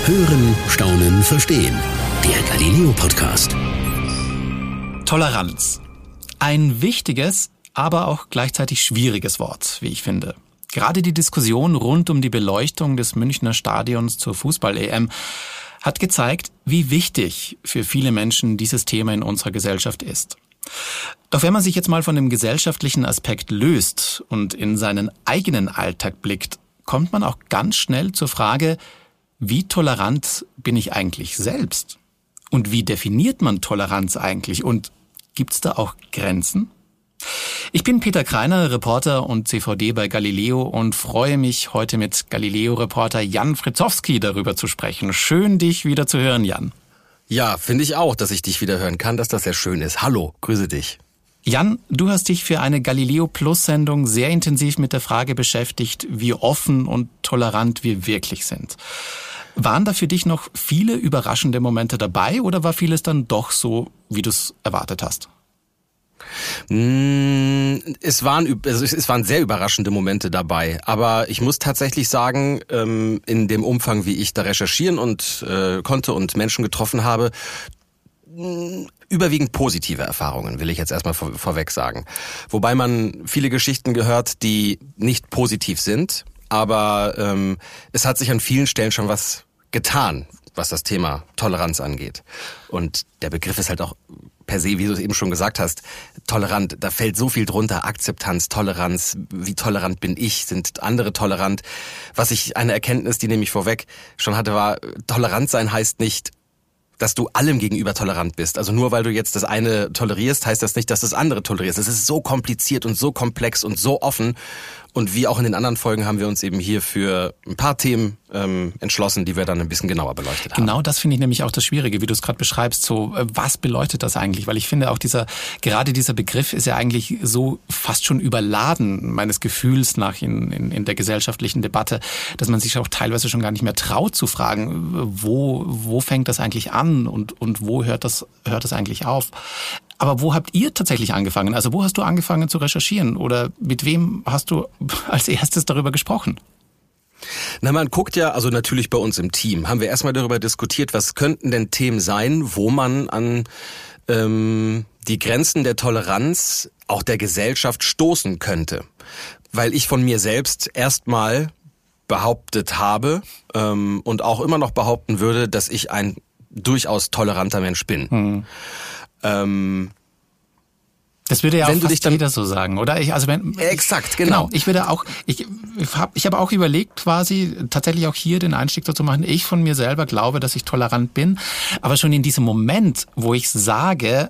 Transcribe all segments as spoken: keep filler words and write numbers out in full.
Hören, Staunen, Verstehen. Der Galileo Podcast. Toleranz. Ein wichtiges, aber auch gleichzeitig schwieriges Wort, wie ich finde. Gerade die Diskussion rund um die Beleuchtung des Münchner Stadions zur Fußball-E M hat gezeigt, wie wichtig für viele Menschen dieses Thema in unserer Gesellschaft ist. Doch wenn man sich jetzt mal von dem gesellschaftlichen Aspekt löst und in seinen eigenen Alltag blickt, kommt man auch ganz schnell zur Frage, wie tolerant bin ich eigentlich selbst? Und wie definiert man Toleranz eigentlich? Und gibt's da auch Grenzen? Ich bin Peter Kreiner, Reporter und C V D bei Galileo und freue mich, heute mit Galileo-Reporter Jan Fritzowski darüber zu sprechen. Schön, dich wieder zu hören, Jan. Ja, finde ich auch, dass ich dich wieder hören kann, dass das sehr schön ist. Hallo, grüße dich. Jan, du hast dich für eine Galileo-Plus-Sendung sehr intensiv mit der Frage beschäftigt, wie offen und tolerant wir wirklich sind. Waren da für dich noch viele überraschende Momente dabei oder war vieles dann doch so, wie du es erwartet hast? Es waren, also es waren sehr überraschende Momente dabei, aber ich muss tatsächlich sagen, in dem Umfang, wie ich da recherchieren und äh, konnte und Menschen getroffen habe, überwiegend positive Erfahrungen, will ich jetzt erstmal vor, vorweg sagen. Wobei man viele Geschichten gehört, die nicht positiv sind, aber ähm, es hat sich an vielen Stellen schon was getan, was das Thema Toleranz angeht. Und der Begriff ist halt auch per se, wie du es eben schon gesagt hast, tolerant. Da fällt so viel drunter. Akzeptanz, Toleranz. Wie tolerant bin ich? Sind andere tolerant? Was ich, eine Erkenntnis, die nämlich vorweg schon hatte, war, tolerant sein heißt nicht, dass du allem gegenüber tolerant bist. Also nur weil du jetzt das eine tolerierst, heißt das nicht, dass du das andere tolerierst. Es ist so kompliziert und so komplex und so offen. Und wie auch in den anderen Folgen haben wir uns eben hier für ein paar Themen ähm, entschlossen, die wir dann ein bisschen genauer beleuchtet haben. Genau, das finde ich nämlich auch das Schwierige, wie du es gerade beschreibst. So, was beleuchtet das eigentlich? Weil ich finde auch dieser, gerade dieser Begriff ist ja eigentlich so fast schon überladen meines Gefühls nach in, in, in der gesellschaftlichen Debatte, dass man sich auch teilweise schon gar nicht mehr traut zu fragen, wo, wo fängt das eigentlich an und, und wo hört das, hört das eigentlich auf? Aber wo habt ihr tatsächlich angefangen? Also wo hast du angefangen zu recherchieren? Oder mit wem hast du als erstes darüber gesprochen? Na, man guckt ja, also natürlich bei uns im Team, haben wir erstmal darüber diskutiert, was könnten denn Themen sein, wo man an ähm, die Grenzen der Toleranz auch der Gesellschaft stoßen könnte. Weil ich von mir selbst erstmal behauptet habe ähm, und auch immer noch behaupten würde, dass ich ein durchaus toleranter Mensch bin. Hm. Ähm, das würde ja wenn auch du fast dich dann, jeder so sagen, oder? Ich, also wenn, exakt, genau. genau. Ich würde auch, ich habe ich hab auch überlegt, quasi tatsächlich auch hier den Einstieg dazu machen. Ich von mir selber glaube, dass ich tolerant bin, aber schon in diesem Moment, wo ich sage,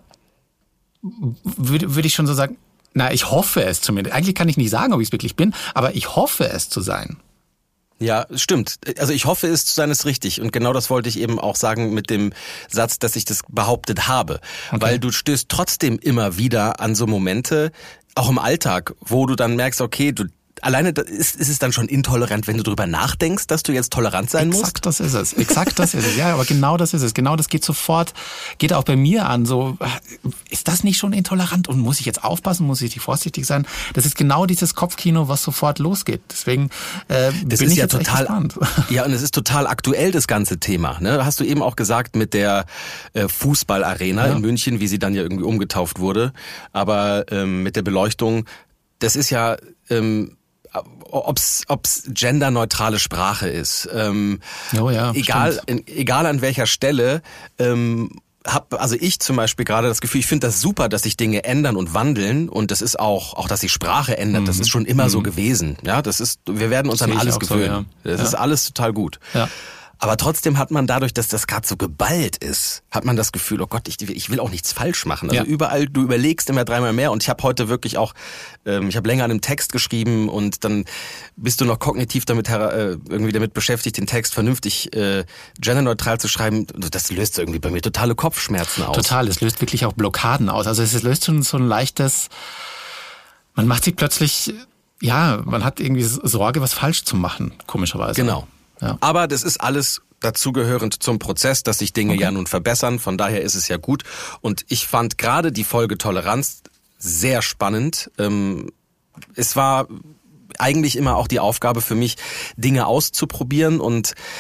würde, würde ich schon so sagen, na, ich hoffe es zumindest. Eigentlich kann ich nicht sagen, ob ich es wirklich bin, aber ich hoffe es zu sein. Ja, stimmt. Also ich hoffe, es zu sein ist richtig. Und genau das wollte ich eben auch sagen mit dem Satz, dass ich das behauptet habe. Okay. Weil du stößt trotzdem immer wieder an so Momente, auch im Alltag, wo du dann merkst, okay, du alleine ist, ist es dann schon intolerant, wenn du drüber nachdenkst, dass du jetzt tolerant sein musst? Exakt, das ist es. Exakt, das ist es. Ja, aber genau das ist es. Genau das geht sofort, geht auch bei mir an. So, ist das nicht schon intolerant? Und muss ich jetzt aufpassen? Muss ich vorsichtig sein? Das ist genau dieses Kopfkino, was sofort losgeht. Deswegen äh, das bin ist ich ja jetzt total, echt gespannt. Ja, und es ist total aktuell, das ganze Thema. Ne? Hast du eben auch gesagt mit der äh, Fußballarena ja. in München, wie sie dann ja irgendwie umgetauft wurde. Aber ähm, mit der Beleuchtung, das ist ja ähm, ob's ob's genderneutrale Sprache ist, ähm, oh ja, egal in, egal an welcher Stelle, ähm, hab also ich zum Beispiel gerade das Gefühl, ich finde das super, dass sich Dinge ändern und wandeln und das ist auch auch dass sich Sprache ändert, mhm. das ist schon immer mhm. so gewesen, ja, das ist wir werden uns das an alles gewöhnen, so, ja. das ja. ist alles total gut. Ja. Aber trotzdem hat man dadurch, dass das gerade so geballt ist, hat man das Gefühl, oh Gott, ich, ich will auch nichts falsch machen. Also ja. überall, du überlegst immer dreimal mehr. Und ich habe heute wirklich auch, ähm, ich habe länger an einem Text geschrieben und dann bist du noch kognitiv damit äh, irgendwie damit beschäftigt, den Text vernünftig äh, genderneutral zu schreiben. Das löst irgendwie bei mir totale Kopfschmerzen aus. Total, es löst wirklich auch Blockaden aus. Also es löst schon so ein leichtes, man macht sich plötzlich, ja, man hat irgendwie Sorge, was falsch zu machen, komischerweise. Genau. Ja. Aber das ist alles dazugehörend zum Prozess, dass sich Dinge okay. ja nun verbessern. Von daher ist es ja gut. Und ich fand gerade die Folge Toleranz sehr spannend. Es war eigentlich immer auch die Aufgabe für mich, Dinge auszuprobieren und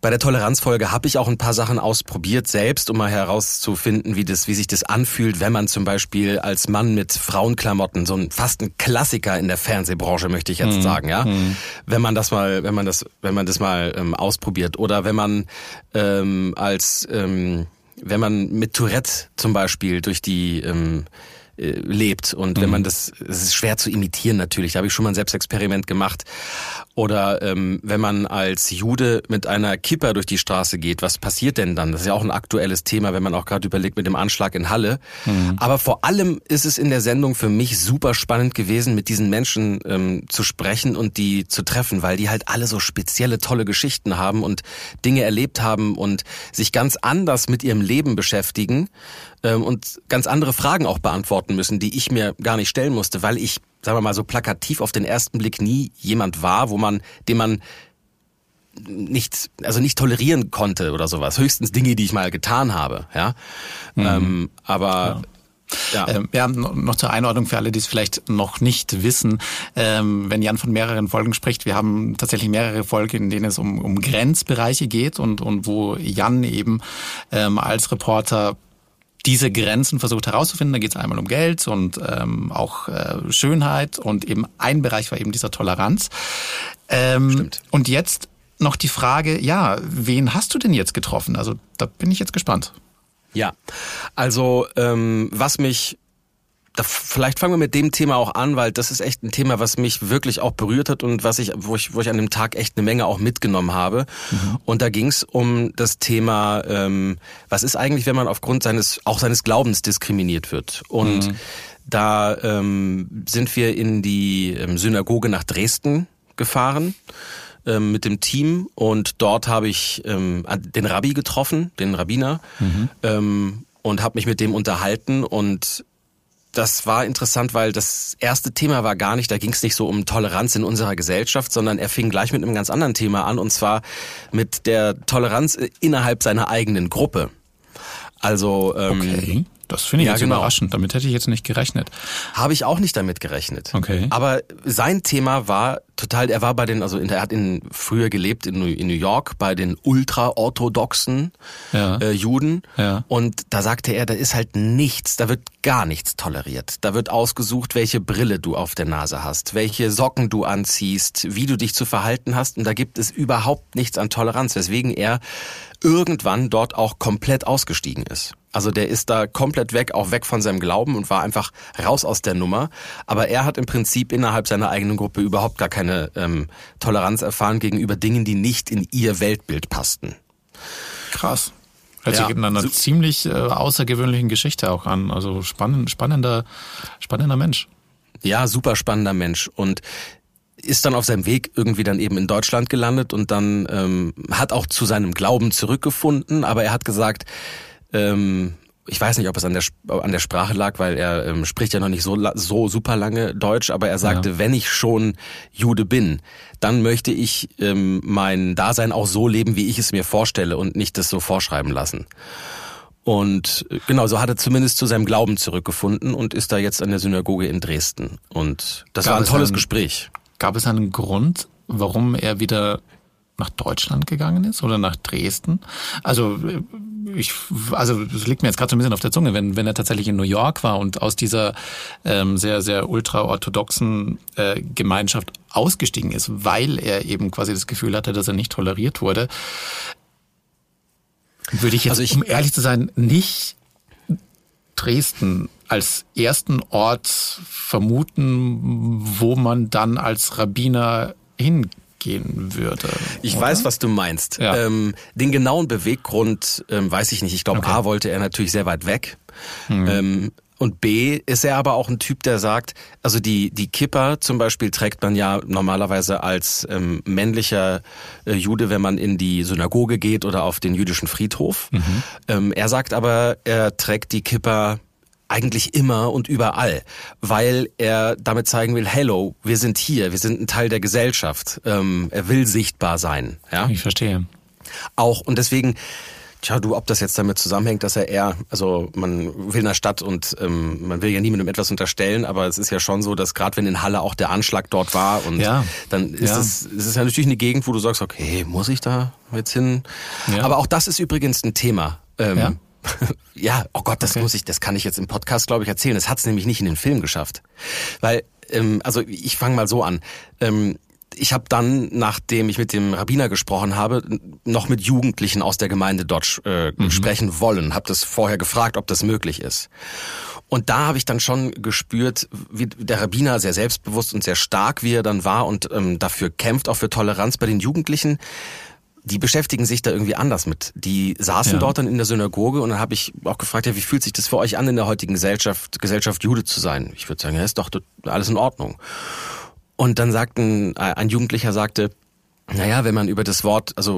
Bei der Toleranzfolge habe ich auch ein paar Sachen ausprobiert selbst, um mal herauszufinden, wie das, wie sich das anfühlt, wenn man zum Beispiel als Mann mit Frauenklamotten, so ein fast ein Klassiker in der Fernsehbranche, möchte ich jetzt mhm. sagen, ja, mhm. wenn man das mal, wenn man das, wenn man das mal ähm, ausprobiert, oder wenn man ähm, als ähm, wenn man mit Tourette zum Beispiel durch die ähm, lebt und mhm. wenn man das, es ist schwer zu imitieren natürlich, da habe ich schon mal ein Selbstexperiment gemacht. Oder ähm, wenn man als Jude mit einer Kippa durch die Straße geht, was passiert denn dann? Das ist ja auch ein aktuelles Thema, wenn man auch gerade überlegt mit dem Anschlag in Halle. Mhm. Aber vor allem ist es in der Sendung für mich super spannend gewesen, mit diesen Menschen ähm, zu sprechen und die zu treffen, weil die halt alle so spezielle, tolle Geschichten haben und Dinge erlebt haben und sich ganz anders mit ihrem Leben beschäftigen ähm, und ganz andere Fragen auch beantworten müssen, die ich mir gar nicht stellen musste, weil ich, sagen wir mal, so plakativ auf den ersten Blick nie jemand war, wo man, den man nicht, also nicht tolerieren konnte oder sowas. Höchstens Dinge, die ich mal getan habe, ja. Mhm. Ähm, aber ja. Ja. Ähm, ja, noch zur Einordnung für alle, die es vielleicht noch nicht wissen. Ähm, wenn Jan von mehreren Folgen spricht, wir haben tatsächlich mehrere Folgen, in denen es um, um Grenzbereiche geht und, und wo Jan eben ähm, als Reporter diese Grenzen versucht herauszufinden. Da geht es einmal um Geld und ähm, auch äh, Schönheit, und eben ein Bereich war eben dieser Toleranz. Ähm, Stimmt. Und jetzt noch die Frage, ja, wen hast du denn jetzt getroffen? Also da bin ich jetzt gespannt. Ja, also ähm, was mich, da, vielleicht fangen wir mit dem Thema auch an, weil das ist echt ein Thema, was mich wirklich auch berührt hat und was ich, wo ich, wo ich an dem Tag echt eine Menge auch mitgenommen habe. Mhm. Und da ging es um das Thema, ähm, was ist eigentlich, wenn man aufgrund seines, auch seines Glaubens diskriminiert wird? Und mhm. da ähm, sind wir in die ähm, Synagoge nach Dresden gefahren ähm, mit dem Team, und dort habe ich ähm, den Rabbi getroffen, den Rabbiner, mhm. ähm, und habe mich mit dem unterhalten, und das war interessant, weil das erste Thema war gar nicht, da ging es nicht so um Toleranz in unserer Gesellschaft, sondern er fing gleich mit einem ganz anderen Thema an, und zwar mit der Toleranz innerhalb seiner eigenen Gruppe. Also ähm, okay. Das finde ich ja, jetzt genau. überraschend. Damit hätte ich jetzt nicht gerechnet. Habe ich auch nicht damit gerechnet. Okay. Aber sein Thema war total, er war bei den, also er hat in, früher gelebt in New, in New York bei den ultraorthodoxen ja. äh, Juden. Ja. Und da sagte er, da ist halt nichts, da wird gar nichts toleriert. Da wird ausgesucht, welche Brille du auf der Nase hast, welche Socken du anziehst, wie du dich zu verhalten hast. Und da gibt es überhaupt nichts an Toleranz, weswegen er irgendwann dort auch komplett ausgestiegen ist. Also der ist da komplett weg, auch weg von seinem Glauben, und war einfach raus aus der Nummer. Aber er hat im Prinzip innerhalb seiner eigenen Gruppe überhaupt gar keine ähm, Toleranz erfahren gegenüber Dingen, die nicht in ihr Weltbild passten. Krass. Hört Ja. sich in einer So- ziemlich äh, außergewöhnlichen Geschichte auch an. Also spannend, spannender, spannender Mensch. Ja, super spannender Mensch, und ist dann auf seinem Weg irgendwie dann eben in Deutschland gelandet und dann ähm, hat auch zu seinem Glauben zurückgefunden, aber er hat gesagt, ähm, ich weiß nicht, ob es an der Sp- an der Sprache lag, weil er ähm, spricht ja noch nicht so la- so super lange Deutsch, aber er sagte, Ja. wenn ich schon Jude bin, dann möchte ich ähm, mein Dasein auch so leben, wie ich es mir vorstelle, und nicht das so vorschreiben lassen. Und äh, genau, so hat er zumindest zu seinem Glauben zurückgefunden und ist da jetzt an der Synagoge in Dresden. Und das Gab war ein es tolles einen- Gespräch. Gab es einen Grund, warum er wieder nach Deutschland gegangen ist oder nach Dresden? Also ich, also das liegt mir jetzt gerade so ein bisschen auf der Zunge, wenn wenn er tatsächlich in New York war und aus dieser ähm, sehr sehr ultraorthodoxen äh, Gemeinschaft ausgestiegen ist, weil er eben quasi das Gefühl hatte, dass er nicht toleriert wurde, würde ich jetzt, Also ich- um ehrlich zu sein, nicht Dresden als ersten Ort vermuten, wo man dann als Rabbiner hingehen würde. Ich oder? weiß, was du meinst. Ja. Ähm, den genauen Beweggrund ähm, weiß ich nicht. Ich glaube, Okay. A, wollte er natürlich sehr weit weg. Mhm. Ähm, und B, ist er aber auch ein Typ, der sagt, also die die Kippa zum Beispiel trägt man ja normalerweise als ähm, männlicher äh, Jude, wenn man in die Synagoge geht oder auf den jüdischen Friedhof. Mhm. Ähm, er sagt aber, er trägt die Kippa eigentlich immer und überall, weil er damit zeigen will, hello, wir sind hier, wir sind ein Teil der Gesellschaft. Ähm, er will sichtbar sein. Ja? Ich verstehe. Auch, und deswegen Tja, du, ob das jetzt damit zusammenhängt, dass er eher, also man will in der Stadt und ähm, man will ja niemandem etwas unterstellen, aber es ist ja schon so, dass gerade wenn in Halle auch der Anschlag dort war und ja. dann ist ja. es, es ist ja natürlich eine Gegend, wo du sagst, okay, muss ich da jetzt hin? Ja. Aber auch das ist übrigens ein Thema. Ähm, ja? ja, oh Gott, das okay. muss ich, das kann ich jetzt im Podcast, glaube ich, erzählen. Das hat es nämlich nicht in den Film geschafft. Weil, ähm, also ich fange mal so an. Ähm, Ich habe dann, nachdem ich mit dem Rabbiner gesprochen habe, noch mit Jugendlichen aus der Gemeinde dort äh, mhm. sprechen wollen. Habe das vorher gefragt, ob das möglich ist. Und da habe ich dann schon gespürt, wie der Rabbiner sehr selbstbewusst und sehr stark, wie er dann war und ähm, dafür kämpft, auch für Toleranz bei den Jugendlichen. Die beschäftigen sich da irgendwie anders mit. Die saßen ja. dort dann in der Synagoge und dann habe ich auch gefragt, ja, wie fühlt sich das für euch an, in der heutigen Gesellschaft, Gesellschaft Jude zu sein? Ich würde sagen, ja, ist doch alles in Ordnung. Und dann sagten, ein Jugendlicher sagte, naja, wenn man über das Wort, also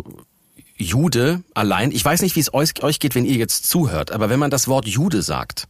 Jude allein, ich weiß nicht, wie es euch geht, wenn ihr jetzt zuhört, aber wenn man das Wort Jude sagt,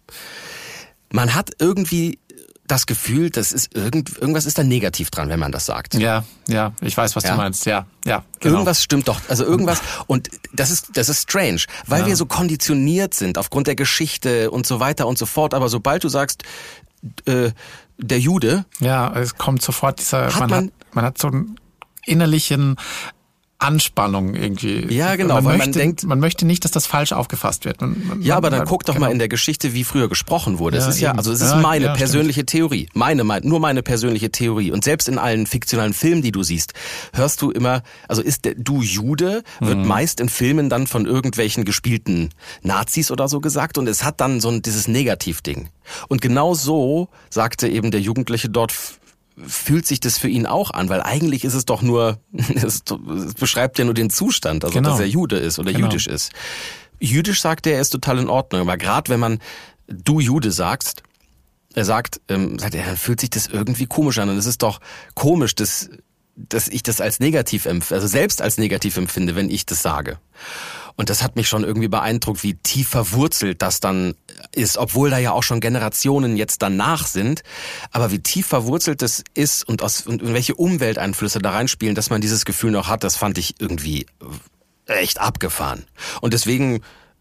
man hat irgendwie das Gefühl, das ist irgend, irgendwas ist da negativ dran, wenn man das sagt. Ja, ja, ich weiß, was ja? du meinst, ja, ja. Genau. Irgendwas stimmt doch, also irgendwas, und das ist, das ist strange, weil ja. wir so konditioniert sind aufgrund der Geschichte und so weiter und so fort, aber sobald du sagst, äh, der Jude. Ja, es kommt sofort dieser, hat man, man, hat, man hat so einen innerlichen Anspannung irgendwie. Ja, genau, man weil möchte, man denkt, man möchte nicht, dass das falsch aufgefasst wird. Man, man, ja, aber dann man, guck doch genau. mal in der Geschichte, wie früher gesprochen wurde. Es ja, ist ja, eben. also es ist ja, meine ja, persönliche stimmt. Theorie, meine, meine, nur meine persönliche Theorie. Und selbst in allen fiktionalen Filmen, die du siehst, hörst du immer, also ist der du Jude wird mhm. meist in Filmen dann von irgendwelchen gespielten Nazis oder so gesagt und es hat dann so ein dieses Negativding. Und genau so sagte eben der Jugendliche dort, fühlt sich das für ihn auch an, weil eigentlich ist es doch nur, es beschreibt ja nur den Zustand, also genau. dass er Jude ist oder genau. jüdisch ist. Jüdisch sagt er, er ist total in Ordnung, aber gerade wenn man du Jude sagst, er sagt, ähm, sagt er, dann fühlt sich das irgendwie komisch an und es ist doch komisch, dass, dass ich das als negativ empfinde, also selbst als negativ empfinde, wenn ich das sage. Und das hat mich schon irgendwie beeindruckt, wie tief verwurzelt das dann ist, obwohl da ja auch schon Generationen jetzt danach sind. Aber wie tief verwurzelt das ist und, aus, und welche Umwelteinflüsse da reinspielen, dass man dieses Gefühl noch hat, das fand ich irgendwie echt abgefahren. Und deswegen...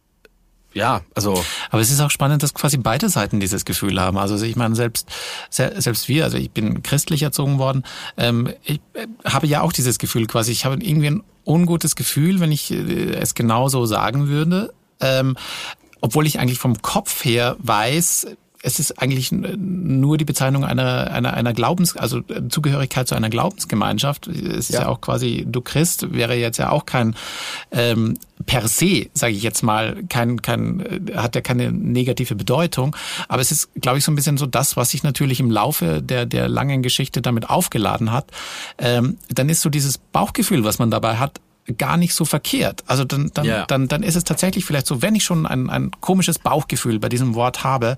Ja, also. Aber es ist auch spannend, dass quasi beide Seiten dieses Gefühl haben. Also ich meine, selbst selbst wir, also ich bin christlich erzogen worden, ähm, ich äh, habe ja auch dieses Gefühl quasi, ich habe irgendwie ein ungutes Gefühl, wenn ich äh, es genauso sagen würde, ähm, obwohl ich eigentlich vom Kopf her weiß, es ist eigentlich nur die Bezeichnung einer einer einer Glaubens, also Zugehörigkeit zu einer Glaubensgemeinschaft. Es ist ja, ja auch quasi, du Christ wäre jetzt ja auch kein ähm, per se, sage ich jetzt mal, kein kein hat ja keine negative Bedeutung. Aber es ist, glaube ich, so ein bisschen so das, was sich natürlich im Laufe der der langen Geschichte damit aufgeladen hat. Ähm, dann ist so dieses Bauchgefühl, was man dabei hat, gar nicht so verkehrt. Also dann dann ja. dann dann ist es tatsächlich vielleicht so, wenn ich schon ein ein komisches Bauchgefühl bei diesem Wort habe,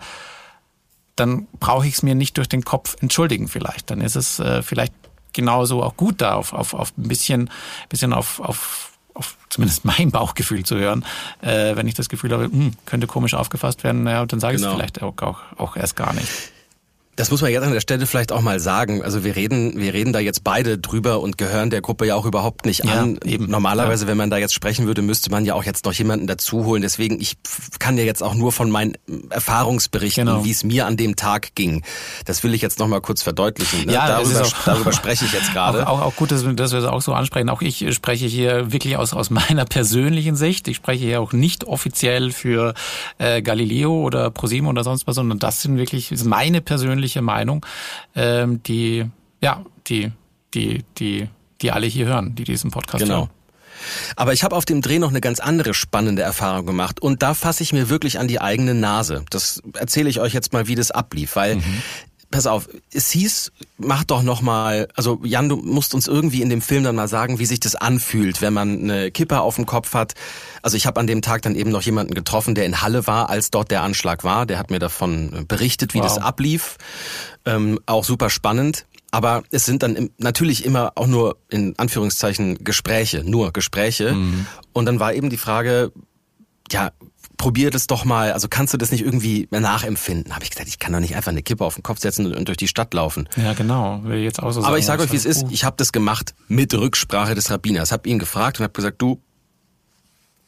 dann brauche ich es mir nicht durch den Kopf entschuldigen vielleicht. Dann ist es äh, vielleicht genauso auch gut da, auf, auf, auf ein bisschen, bisschen auf, auf, auf zumindest mein Bauchgefühl zu hören. Äh, wenn ich das Gefühl habe, mh, könnte komisch aufgefasst werden, naja, dann sage ich es genau. vielleicht auch, auch, auch erst gar nicht. Das muss man jetzt an der Stelle vielleicht auch mal sagen. Also wir reden, wir reden da jetzt beide drüber und gehören der Gruppe ja auch überhaupt nicht ja, an. Eben. Normalerweise, ja. wenn man da jetzt sprechen würde, müsste man ja auch jetzt noch jemanden dazu holen. Deswegen, ich kann ja jetzt auch nur von meinen Erfahrungsberichten, genau. wie es mir an dem Tag ging. Das will ich jetzt noch mal kurz verdeutlichen. Ne? Ja, darüber, auch, darüber spreche ich jetzt gerade. Auch, auch, auch gut, dass, dass wir das auch so ansprechen. Auch ich spreche hier wirklich aus, aus meiner persönlichen Sicht. Ich spreche hier auch nicht offiziell für äh, Galileo oder ProSieben oder sonst was, sondern das sind wirklich ist meine persönliche Meinung. Ähm, die, ja, die, die, die, die alle hier hören, die diesen Podcast genau. hören. Aber ich habe auf dem Dreh noch eine ganz andere spannende Erfahrung gemacht und da fasse ich mir wirklich an die eigene Nase. Das erzähle ich euch jetzt mal, wie das ablief, weil, mhm. pass auf, es hieß, mach doch noch mal, also Jan, du musst uns irgendwie in dem Film dann mal sagen, wie sich das anfühlt, wenn man eine Kippe auf dem Kopf hat. Also ich habe an dem Tag dann eben noch jemanden getroffen, der in Halle war, als dort der Anschlag war. Der hat mir davon berichtet, wie wow. das ablief. Ähm, auch super spannend. Aber es sind dann im, natürlich immer auch nur in Anführungszeichen Gespräche, nur Gespräche. Mhm. Und dann war eben die Frage, ja, probier das doch mal, also kannst du das nicht irgendwie nachempfinden? Habe ich gesagt, ich kann doch nicht einfach eine Kippe auf den Kopf setzen und durch die Stadt laufen. Ja, genau, will ich jetzt auch so sagen. Aber ich sage euch, wie es ist, ich habe das gemacht mit Rücksprache des Rabbiners. Habe ihn gefragt und habe gesagt, du,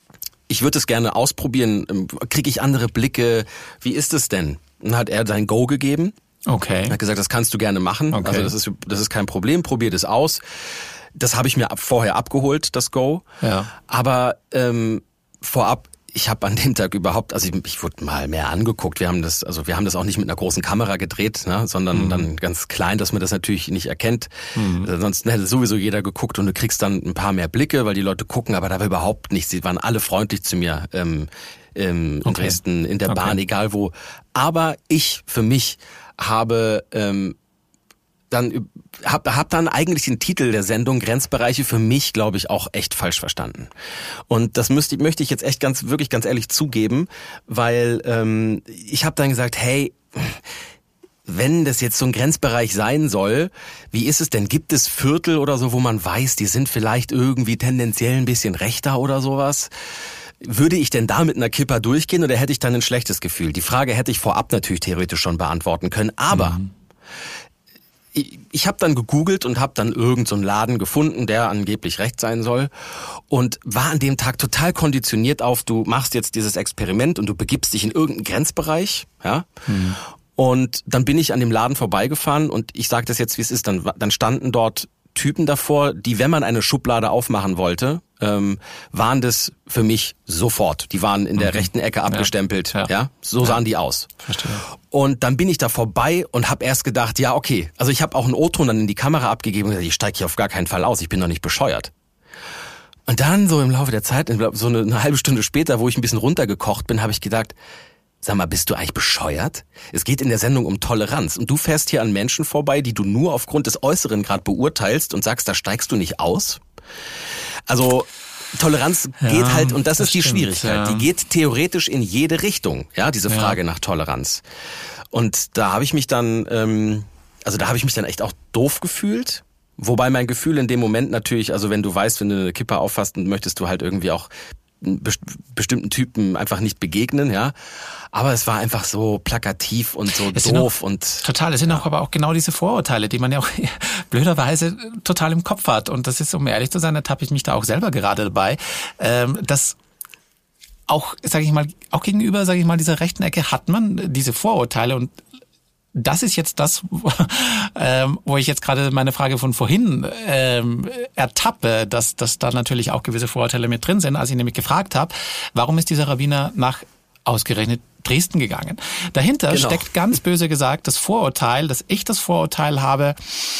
ich würde es gerne ausprobieren, kriege ich andere Blicke, wie ist es denn? Und hat er sein Go gegeben. Okay. Er hat gesagt, das kannst du gerne machen, okay. also das ist, das ist kein Problem, probier das aus. Das habe ich mir ab, vorher abgeholt, das Go. Ja. Aber ähm, vorab, ich habe an dem Tag überhaupt, also ich, ich wurde mal mehr angeguckt. Wir haben das, also wir haben das auch nicht mit einer großen Kamera gedreht, ne, sondern mhm. dann ganz klein, dass man das natürlich nicht erkennt. Mhm. Sonst hätte sowieso jeder geguckt und du kriegst dann ein paar mehr Blicke, weil die Leute gucken, aber da war überhaupt nichts. Sie waren alle freundlich zu mir ähm, ähm, in okay. Dresden, in der okay. Bahn, egal wo. Aber ich für mich habe ähm, dann hab, hab dann eigentlich den Titel der Sendung Grenzbereiche für mich, glaube ich, auch echt falsch verstanden. Und das müsste, möchte ich jetzt echt ganz, wirklich ganz ehrlich zugeben, weil ähm, ich habe dann gesagt, hey, wenn das jetzt so ein Grenzbereich sein soll, wie ist es denn? Gibt es Viertel oder so, wo man weiß, die sind vielleicht irgendwie tendenziell ein bisschen rechter oder sowas? Würde ich denn da mit einer Kippa durchgehen oder hätte ich dann ein schlechtes Gefühl? Die Frage hätte ich vorab natürlich theoretisch schon beantworten können, aber mhm. ich, ich habe dann gegoogelt und habe dann irgend so einen Laden gefunden, der angeblich recht sein soll und war an dem Tag total konditioniert auf, du machst jetzt dieses Experiment und du begibst dich in irgendeinen Grenzbereich, ja. Mhm. Und dann bin ich an dem Laden vorbeigefahren und ich sage das jetzt, wie es ist, dann, dann standen dort Typen davor, die, wenn man eine Schublade aufmachen wollte, ähm, waren das für mich sofort. Die waren in der mhm. rechten Ecke abgestempelt. Ja, ja. ja? So ja. sahen die aus. Verstehe. Und dann bin ich da vorbei und habe erst gedacht, ja okay. Also ich habe auch einen O-Ton dann in die Kamera abgegeben und gesagt, ich steige hier auf gar keinen Fall aus, ich bin doch nicht bescheuert. Und dann so im Laufe der Zeit, so eine, eine halbe Stunde später, wo ich ein bisschen runtergekocht bin, habe ich gedacht, sag mal, bist du eigentlich bescheuert? Es geht in der Sendung um Toleranz und du fährst hier an Menschen vorbei, die du nur aufgrund des Äußeren gerade beurteilst und sagst, da steigst du nicht aus. Also Toleranz ja, geht halt, und das, das ist die stimmt, Schwierigkeit, ja. die geht theoretisch in jede Richtung, ja, diese Frage ja. nach Toleranz. Und da habe ich mich dann, ähm, also da habe ich mich dann echt auch doof gefühlt. Wobei mein Gefühl in dem Moment natürlich, also wenn du weißt, wenn du eine Kippa auffasst, dann möchtest du halt irgendwie auch bestimmten Typen einfach nicht begegnen, ja. Aber es war einfach so plakativ und so es doof auch, und total. Es sind ja. auch aber auch genau diese Vorurteile, die man ja auch blöderweise total im Kopf hat. Und das ist, um ehrlich zu sein, da tappe ich mich da auch selber gerade dabei, ähm, dass auch, sage ich mal, auch gegenüber, sage ich mal, dieser rechten Ecke hat man diese Vorurteile und das ist jetzt das, ähm, wo ich jetzt gerade meine Frage von vorhin ähm, ertappe, dass, dass da natürlich auch gewisse Vorurteile mit drin sind, als ich nämlich gefragt habe, warum ist dieser Rabbiner nach ausgerechnet Dresden gegangen? Dahinter genau. steckt ganz böse gesagt das Vorurteil, dass ich das Vorurteil habe,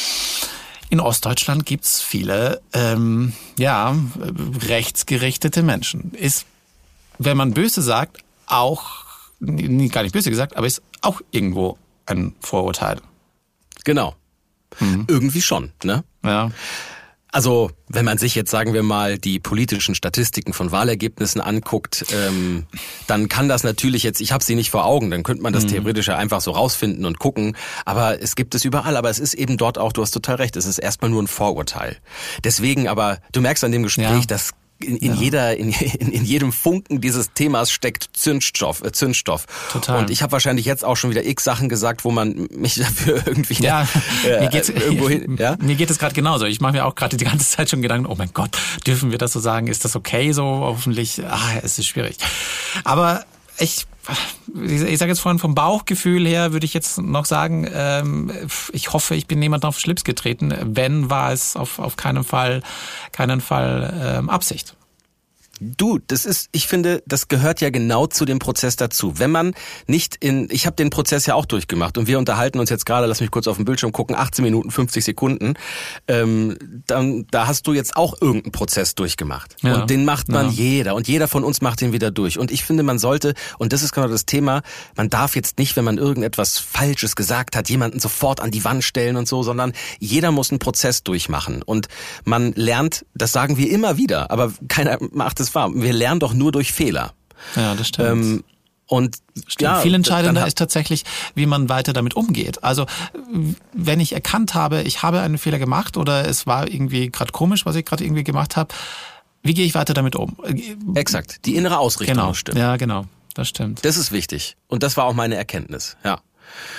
in Ostdeutschland gibt's viele ähm, ja rechtsgerichtete Menschen. Ist, wenn man böse sagt, auch, gar nicht böse gesagt, aber ist auch irgendwo ein Vorurteil. Genau. Mhm. Irgendwie schon, ne? Ja. Also, wenn man sich jetzt, sagen wir mal, die politischen Statistiken von Wahlergebnissen anguckt, ähm, dann kann das natürlich jetzt, ich habe sie nicht vor Augen, dann könnte man das mhm. theoretisch ja einfach so rausfinden und gucken, aber es gibt es überall, aber es ist eben dort auch, du hast total recht, es ist erstmal nur ein Vorurteil. Deswegen aber, du merkst an dem Gespräch, ja. dass In, in ja. jeder, in, in, in jedem Funken dieses Themas steckt Zündstoff, äh, Zündstoff. Total. Und ich habe wahrscheinlich jetzt auch schon wieder x Sachen gesagt, wo man mich dafür irgendwie ja, äh, mir geht's, irgendwo hin, ja? Mir geht es gerade genauso. Ich mache mir auch gerade die ganze Zeit schon Gedanken, oh mein Gott, dürfen wir das so sagen? Ist das okay so? Hoffentlich, ah, es ist schwierig. Aber ich, ich sage jetzt vorhin vom Bauchgefühl her, würde ich jetzt noch sagen, ähm, ich hoffe, ich bin niemandem auf den Schlips getreten. Wenn, war es auf, auf keinen Fall, keinen Fall ähm, Absicht. Du, das ist, ich finde, das gehört ja genau zu dem Prozess dazu. Wenn man nicht in, ich habe den Prozess ja auch durchgemacht und wir unterhalten uns jetzt gerade, lass mich kurz auf den Bildschirm gucken, achtzehn Minuten, fünfzig Sekunden, ähm, dann, da hast du jetzt auch irgendeinen Prozess durchgemacht. Ja. Und den macht man ja. jeder und jeder von uns macht den wieder durch. Und ich finde, man sollte, und das ist genau das Thema, man darf jetzt nicht, wenn man irgendetwas Falsches gesagt hat, jemanden sofort an die Wand stellen und so, sondern jeder muss einen Prozess durchmachen. Und man lernt, das sagen wir immer wieder, aber keiner macht es wahr. Wir lernen doch nur durch Fehler. Ja, das stimmt. Ähm, und stimmt. Ja, viel entscheidender ist tatsächlich, wie man weiter damit umgeht. Also wenn ich erkannt habe, ich habe einen Fehler gemacht oder es war irgendwie gerade komisch, was ich gerade irgendwie gemacht habe, wie gehe ich weiter damit um? Exakt, die innere Ausrichtung genau. stimmt. Ja, genau, das stimmt. Das ist wichtig und das war auch meine Erkenntnis, ja.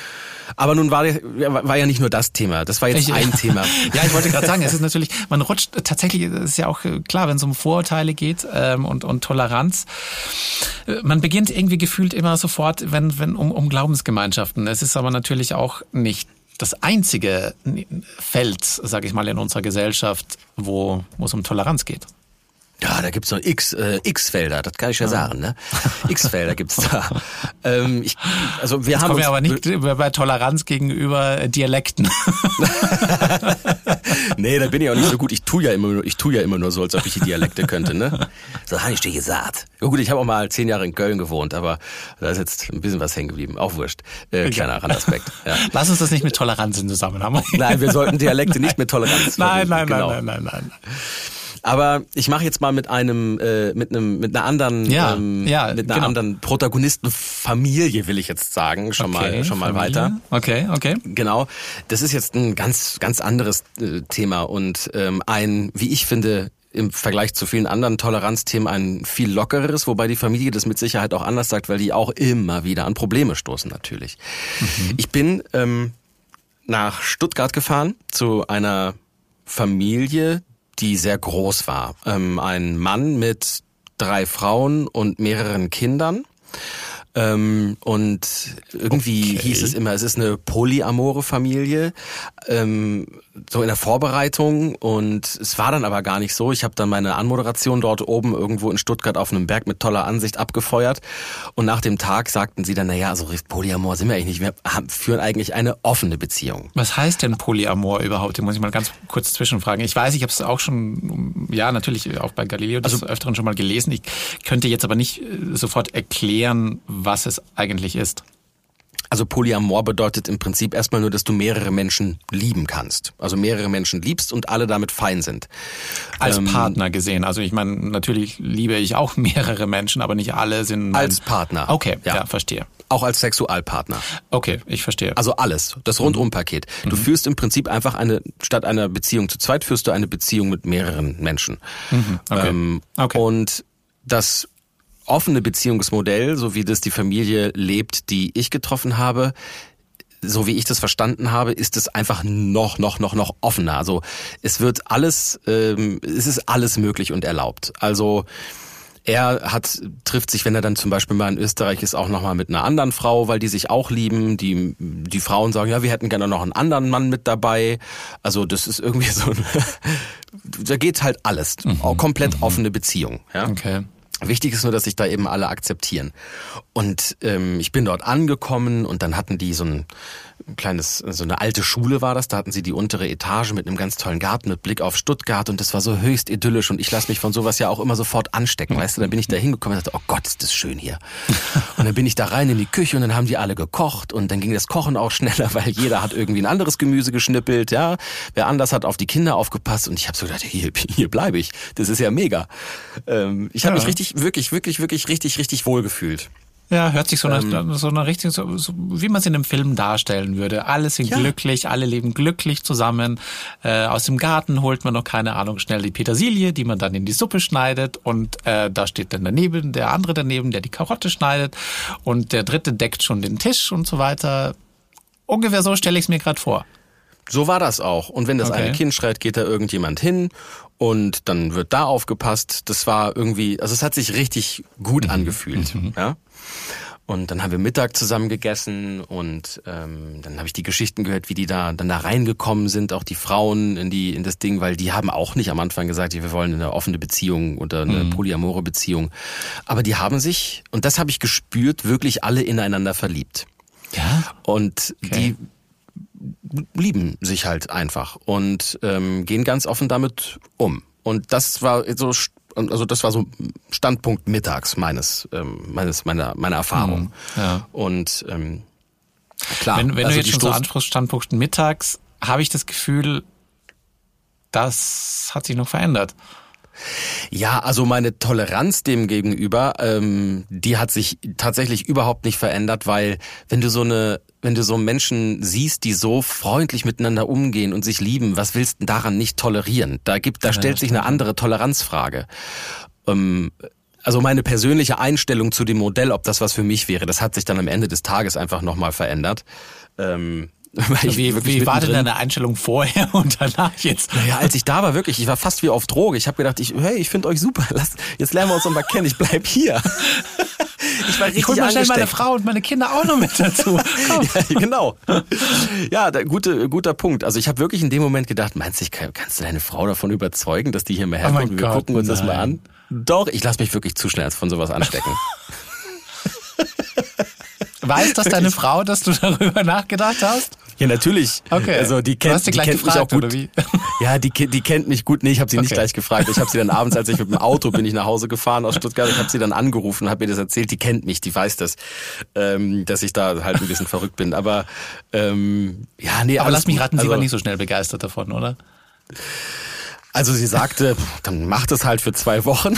Aber nun war, war ja nicht nur das Thema, das war jetzt ich, ein Thema. Ja, ich wollte gerade sagen, es ist natürlich, man rutscht tatsächlich, es ist ja auch klar, wenn es um Vorurteile geht ähm, und, und Toleranz, man beginnt irgendwie gefühlt immer sofort, wenn, wenn um, um Glaubensgemeinschaften. Es ist aber natürlich auch nicht das einzige Feld, sage ich mal, in unserer Gesellschaft, wo, wo es um Toleranz geht. Ja, da gibt's noch X, äh, X-Felder, das kann ich ja, ja. sagen, ne? X-Felder gibt's da. ähm, ich, also wir Jetzt haben kommen uns wir aber nicht bei Toleranz gegenüber Dialekten. Nee, da bin ich auch nicht so gut. Ich tu ja immer nur, ich tu ja immer nur so, als ob ich die Dialekte könnte, ne? So habe ich dir gesagt. Ja gut, ich habe auch mal zehn Jahre in Köln gewohnt, aber da ist jetzt ein bisschen was hängen geblieben. Auch wurscht. Äh, kleiner Randaspekt. Ja. Lass uns das nicht mit Toleranz in Zusammenhang. Nein, wir sollten Dialekte nicht mit Toleranz nein, nein, genau. nein, nein, nein, nein. Aber ich mache jetzt mal mit einem, äh, mit einem, mit einer anderen, ja, ähm, ja, mit einer genau. anderen Protagonistenfamilie, will ich jetzt sagen, schon okay, mal, schon mal Familie. weiter. Okay, okay. Genau. Das ist jetzt ein ganz, ganz anderes äh, Thema und ähm, ein, wie ich finde, im Vergleich zu vielen anderen Toleranzthemen ein viel lockeres, wobei die Familie das mit Sicherheit auch anders sagt, weil die auch immer wieder an Probleme stoßen natürlich. Mhm. Ich bin ähm, nach Stuttgart gefahren zu einer Familie, die sehr groß war. Ähm, ein Mann mit drei Frauen und mehreren Kindern. Ähm, und irgendwie okay. hieß es immer, es ist eine polyamore Familie, ähm, so in der Vorbereitung, und es war dann aber gar nicht so. Ich habe dann meine Anmoderation dort oben irgendwo in Stuttgart auf einem Berg mit toller Ansicht abgefeuert, und nach dem Tag sagten sie dann, naja, so polyamor sind wir eigentlich nicht, wir haben, führen eigentlich eine offene Beziehung. Was heißt denn Polyamor überhaupt? Den muss ich mal ganz kurz zwischenfragen. Ich weiß, ich habe es auch schon, ja natürlich auch bei Galileo des also, Öfteren schon mal gelesen. Ich könnte jetzt aber nicht sofort erklären, was es eigentlich ist. Also Polyamor bedeutet im Prinzip erstmal nur, dass du mehrere Menschen lieben kannst. Also mehrere Menschen liebst und alle damit fein sind. Als ähm, Partner gesehen. Also ich meine, natürlich liebe ich auch mehrere Menschen, aber nicht alle sind... Als Partner. Okay, ja. ja, verstehe. Auch als Sexualpartner. Okay, ich verstehe. Also alles, das Rundumpaket. Du mhm. führst im Prinzip einfach eine, statt einer Beziehung zu zweit, führst du eine Beziehung mit mehreren Menschen. Mhm. Okay. Ähm, okay. Und das offene Beziehungsmodell, so wie das die Familie lebt, die ich getroffen habe, so wie ich das verstanden habe, ist es einfach noch, noch, noch, noch offener. Also es wird alles, ähm, es ist alles möglich und erlaubt. Also er hat, trifft sich, wenn er dann zum Beispiel mal in Österreich ist, auch nochmal mit einer anderen Frau, weil die sich auch lieben. Die, die Frauen sagen, ja, wir hätten gerne noch einen anderen Mann mit dabei. Also das ist irgendwie so, ein da geht halt alles. Mhm. Auch komplett mhm. offene Beziehung. Ja? Okay. Wichtig ist nur, dass sich da eben alle akzeptieren. Und ähm, ich bin dort angekommen, und dann hatten die so ein kleines, so eine alte Schule war das, da hatten sie die untere Etage mit einem ganz tollen Garten mit Blick auf Stuttgart, und das war so höchst idyllisch, und ich lasse mich von sowas ja auch immer sofort anstecken, weißt du, dann bin ich da hingekommen und dachte, oh Gott, ist das schön hier. Und dann bin ich da rein in die Küche, und dann haben die alle gekocht, und dann ging das Kochen auch schneller, weil jeder hat irgendwie ein anderes Gemüse geschnippelt, ja, wer anders hat auf die Kinder aufgepasst, und ich habe so gedacht, hier, hier bleibe ich, das ist ja mega. Ähm, ich habe ja. mich richtig, wirklich, wirklich, wirklich, richtig, richtig wohl gefühlt. Ja, hört sich so nach ähm, so einer richtig, so, so, wie man es in einem Film darstellen würde. Alle sind ja. glücklich, alle leben glücklich zusammen. Äh, aus dem Garten holt man noch, keine Ahnung, schnell die Petersilie, die man dann in die Suppe schneidet, und äh, da steht dann daneben der andere daneben, der die Karotte schneidet, und der dritte deckt schon den Tisch und so weiter. Ungefähr so stelle ich es mir gerade vor. So war das auch. Und wenn das okay. eine Kind schreit, geht da irgendjemand hin, und dann wird da aufgepasst. Das war irgendwie, also es hat sich richtig gut mhm. angefühlt. Mhm. Ja. Und dann haben wir Mittag zusammen gegessen, und ähm, dann habe ich die Geschichten gehört, wie die da dann da reingekommen sind, auch die Frauen in die in das Ding, weil die haben auch nicht am Anfang gesagt, wir wollen eine offene Beziehung oder eine mhm. polyamore Beziehung. Aber die haben sich, und das habe ich gespürt, wirklich alle ineinander verliebt. Ja. Und okay. die lieben sich halt einfach und ähm, gehen ganz offen damit um. Und das war so, also das war so Standpunkt mittags meines, ähm, meines meiner meiner Erfahrung. Mhm, ja. Und ähm, klar. Wenn, wenn also du jetzt schon Stoß- so ansprichst, Standpunkt mittags, habe ich das Gefühl, das hat sich noch verändert. Ja, also meine Toleranz dem gegenüber, ähm, die hat sich tatsächlich überhaupt nicht verändert, weil wenn du so eine, wenn du so Menschen siehst, die so freundlich miteinander umgehen und sich lieben, was willst du daran nicht tolerieren? Da gibt, da Ja, stellt sich eine stimmt. andere Toleranzfrage. Ähm, also meine persönliche Einstellung zu dem Modell, ob das was für mich wäre, das hat sich dann am Ende des Tages einfach nochmal verändert. Ähm, Wie, wie war denn deine Einstellung vorher und danach jetzt? Naja, als ich da war, wirklich, ich war fast wie auf Droge. Ich habe gedacht, ich, hey, ich finde euch super. Lass, jetzt lernen wir uns noch mal kennen. Ich bleib hier. Ich war richtig ich hol mal schnell angesteckt. meine Frau und meine Kinder auch noch mit dazu. Komm. Ja, genau. Ja, da, gute, guter Punkt. Also ich habe wirklich in dem Moment gedacht, meinst du, ich kann, kannst du deine Frau davon überzeugen, dass die hier mal herkommt? Oh wir Gott, gucken uns nein. das mal an. Doch, ich lasse mich wirklich zu schnell von sowas anstecken. Weiß das deine Frau, dass du darüber nachgedacht hast? Ja, natürlich. Okay. Also die Du kennt, hast sie die gleich kennt mich auch gefragt, gut. oder wie? Ja, die, die kennt mich gut. Nee, ich habe sie nicht Okay. gleich gefragt. Ich habe sie dann abends, als ich mit dem Auto bin ich nach Hause gefahren aus Stuttgart, ich habe sie dann angerufen und habe mir das erzählt. Die kennt mich, die weiß das, ähm, dass ich da halt ein bisschen verrückt bin. Aber ähm, ja, nee. Aber alles lass mich gut. raten, sie also, war nicht so schnell begeistert davon, oder? Also sie sagte, dann mach das halt für zwei Wochen.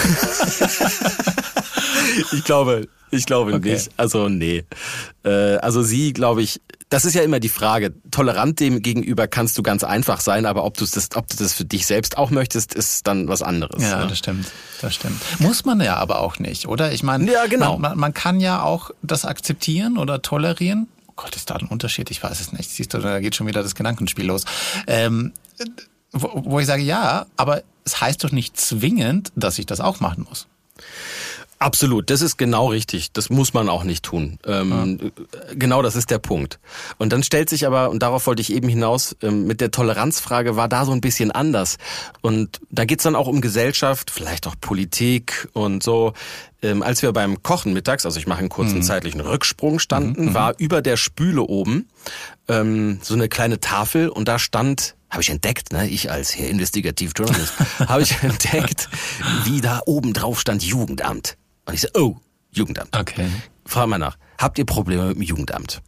Ich glaube, ich glaube Okay. nicht. Also nee. Äh, also sie, glaube ich, das ist ja immer die Frage. Tolerant dem gegenüber kannst du ganz einfach sein, aber ob du das, ob du das für dich selbst auch möchtest, ist dann was anderes. Ja, ne? das stimmt. Das stimmt. Muss man ja aber auch nicht, oder? Ich meine, Ja, genau. man, man kann ja auch das akzeptieren oder tolerieren. Oh Gott, ist da ein Unterschied? Ich weiß es nicht. Siehst du, da geht schon wieder das Gedankenspiel los. Ähm, wo, wo ich sage, ja, aber es heißt doch nicht zwingend, dass ich das auch machen muss. Absolut, das ist genau richtig. Das muss man auch nicht tun. Ähm, ja. Genau, das ist der Punkt. Und dann stellt sich aber, und darauf wollte ich eben hinaus, ähm, mit der Toleranzfrage war da so ein bisschen anders. Und da geht's dann auch um Gesellschaft, vielleicht auch Politik und so. Ähm, als wir beim Kochen mittags, also ich mache einen kurzen mhm. zeitlichen Rücksprung, standen, mhm. war über der Spüle oben ähm, so eine kleine Tafel und da stand... Habe ich entdeckt, ne? Ich als Herr Investigativjournalist, habe ich entdeckt, wie da oben drauf stand Jugendamt. Und ich so, oh, Jugendamt. Okay. Frag mal nach, habt ihr Probleme mit dem Jugendamt?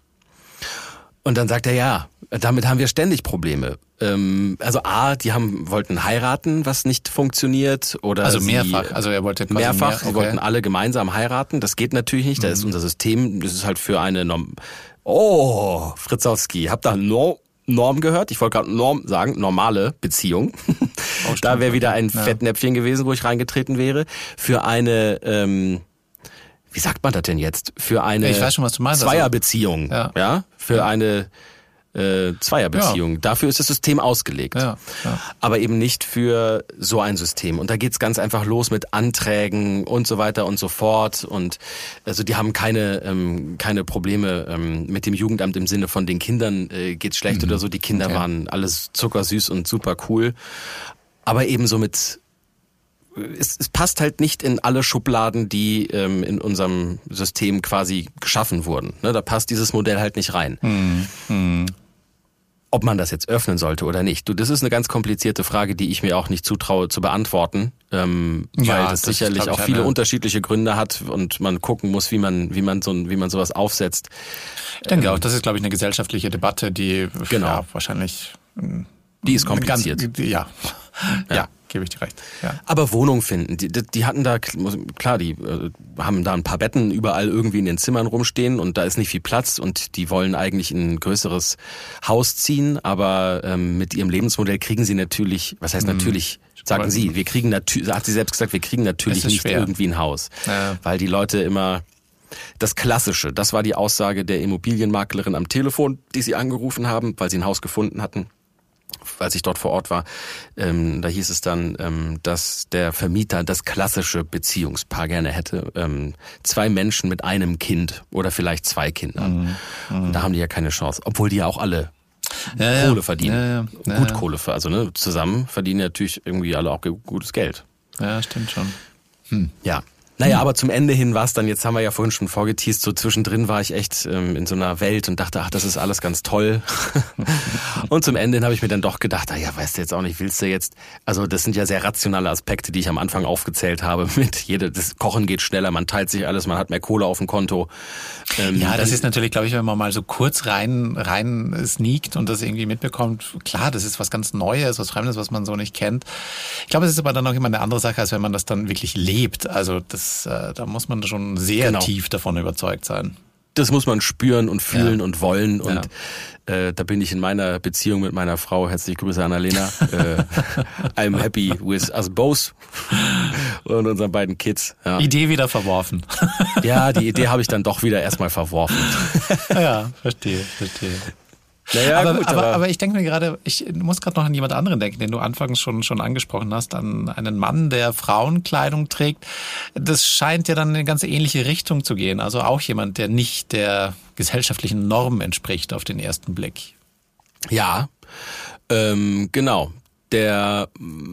Und dann sagt er, ja, damit haben wir ständig Probleme. Ähm, also A, die haben wollten heiraten, was nicht funktioniert. Oder Also sie, mehrfach, also er wollte quasi Mehrfach, mehr, okay. sie wollten alle gemeinsam heiraten. Das geht natürlich nicht, da ist unser System, das ist halt für eine Norm... Oh, Fritzowski, habt da Norm... Norm gehört. Ich wollte gerade Norm sagen, normale Beziehung. Oh, da wäre wieder ein ja. Fettnäpfchen gewesen, wo ich reingetreten wäre. Für eine, ähm, wie sagt man das denn jetzt? Für eine ich weiß schon, was du meinst. Zweierbeziehung. Also, ja. ja. Für ja. eine äh, Zweierbeziehung. Ja. Dafür ist das System ausgelegt. Ja. Ja. Aber eben nicht für so ein System. Und da geht's ganz einfach los mit Anträgen und so weiter und so fort. Und also die haben keine ähm, keine Probleme ähm, mit dem Jugendamt im Sinne von den Kindern äh, geht's schlecht mhm. oder so. Die Kinder okay. waren alles zuckersüß und super cool. Aber eben so mit Es, es passt halt nicht in alle Schubladen, die ähm, in unserem System quasi geschaffen wurden. Ne, da passt dieses Modell halt nicht rein. Hm. Hm. Ob man das jetzt öffnen sollte oder nicht. Du, das ist eine ganz komplizierte Frage, die ich mir auch nicht zutraue zu beantworten, ähm, ja, weil das, das sicherlich ist, auch viele eine... unterschiedliche Gründe hat und man gucken muss, wie man wie man so wie man sowas aufsetzt. Ich denke ähm, auch, das ist, glaube ich, eine gesellschaftliche Debatte, die genau. ja, wahrscheinlich die ist kompliziert. Ganz, ja. ja, ja, gebe ich dir recht. Ja. Aber Wohnung finden, die, die hatten da, klar, die äh, haben da ein paar Betten überall irgendwie in den Zimmern rumstehen und da ist nicht viel Platz und die wollen eigentlich in ein größeres Haus ziehen, aber ähm, mit ihrem Lebensmodell kriegen sie natürlich, was heißt natürlich, hm. sagen sie, wir kriegen natürlich, hat sie selbst gesagt, wir kriegen natürlich nicht schwer. irgendwie ein Haus, ja. weil die Leute immer das Klassische, das war die Aussage der Immobilienmaklerin am Telefon, die sie angerufen haben, weil sie ein Haus gefunden hatten. Als ich dort vor Ort war, ähm, da hieß es dann, ähm, dass der Vermieter das klassische Beziehungspaar gerne hätte. Ähm, zwei Menschen mit einem Kind oder vielleicht zwei Kindern. Mhm. Und da haben die ja keine Chance. Obwohl die ja auch alle ja, Kohle ja. verdienen. Ja, ja. Ja, Gut ja. Kohle, also ne, zusammen verdienen natürlich irgendwie alle auch gutes Geld. Ja, stimmt schon. Hm. Ja. Naja, aber zum Ende hin war es dann, jetzt haben wir ja vorhin schon vorgeteast, so zwischendrin war ich echt ähm, in so einer Welt und dachte, ach, das ist alles ganz toll. Und zum Ende hin habe ich mir dann doch gedacht, ah ja, weißt du jetzt auch nicht, willst du jetzt, also das sind ja sehr rationale Aspekte, die ich am Anfang aufgezählt habe, mit jede, das Kochen geht schneller, man teilt sich alles, man hat mehr Kohle auf dem Konto. Ähm, ja, das ist natürlich, glaube ich, wenn man mal so kurz rein rein sneakt und das irgendwie mitbekommt, klar, das ist was ganz Neues, was Fremdes, was man so nicht kennt. Ich glaube, es ist aber dann auch immer eine andere Sache, als wenn man das dann wirklich lebt. Also das, äh, da muss man schon sehr genau. tief davon überzeugt sein. das muss man spüren und fühlen Ja. und wollen. Und Ja. äh, da bin ich in meiner Beziehung mit meiner Frau, herzliche Grüße Annalena, äh, I'm happy with us both und unseren beiden Kids. Ja, Idee wieder verworfen. ja die Idee habe ich dann doch wieder erstmal verworfen. Ja, verstehe, verstehe. Naja, aber, gut, aber, aber, aber ich denke mir gerade, ich muss gerade noch an jemand anderen denken, den du anfangs schon, schon angesprochen hast, an einen Mann, der Frauenkleidung trägt. Das scheint ja dann in eine ganz ähnliche Richtung zu gehen. Also auch jemand, der nicht der gesellschaftlichen Norm entspricht auf den ersten Blick. ja, ähm, genau. Der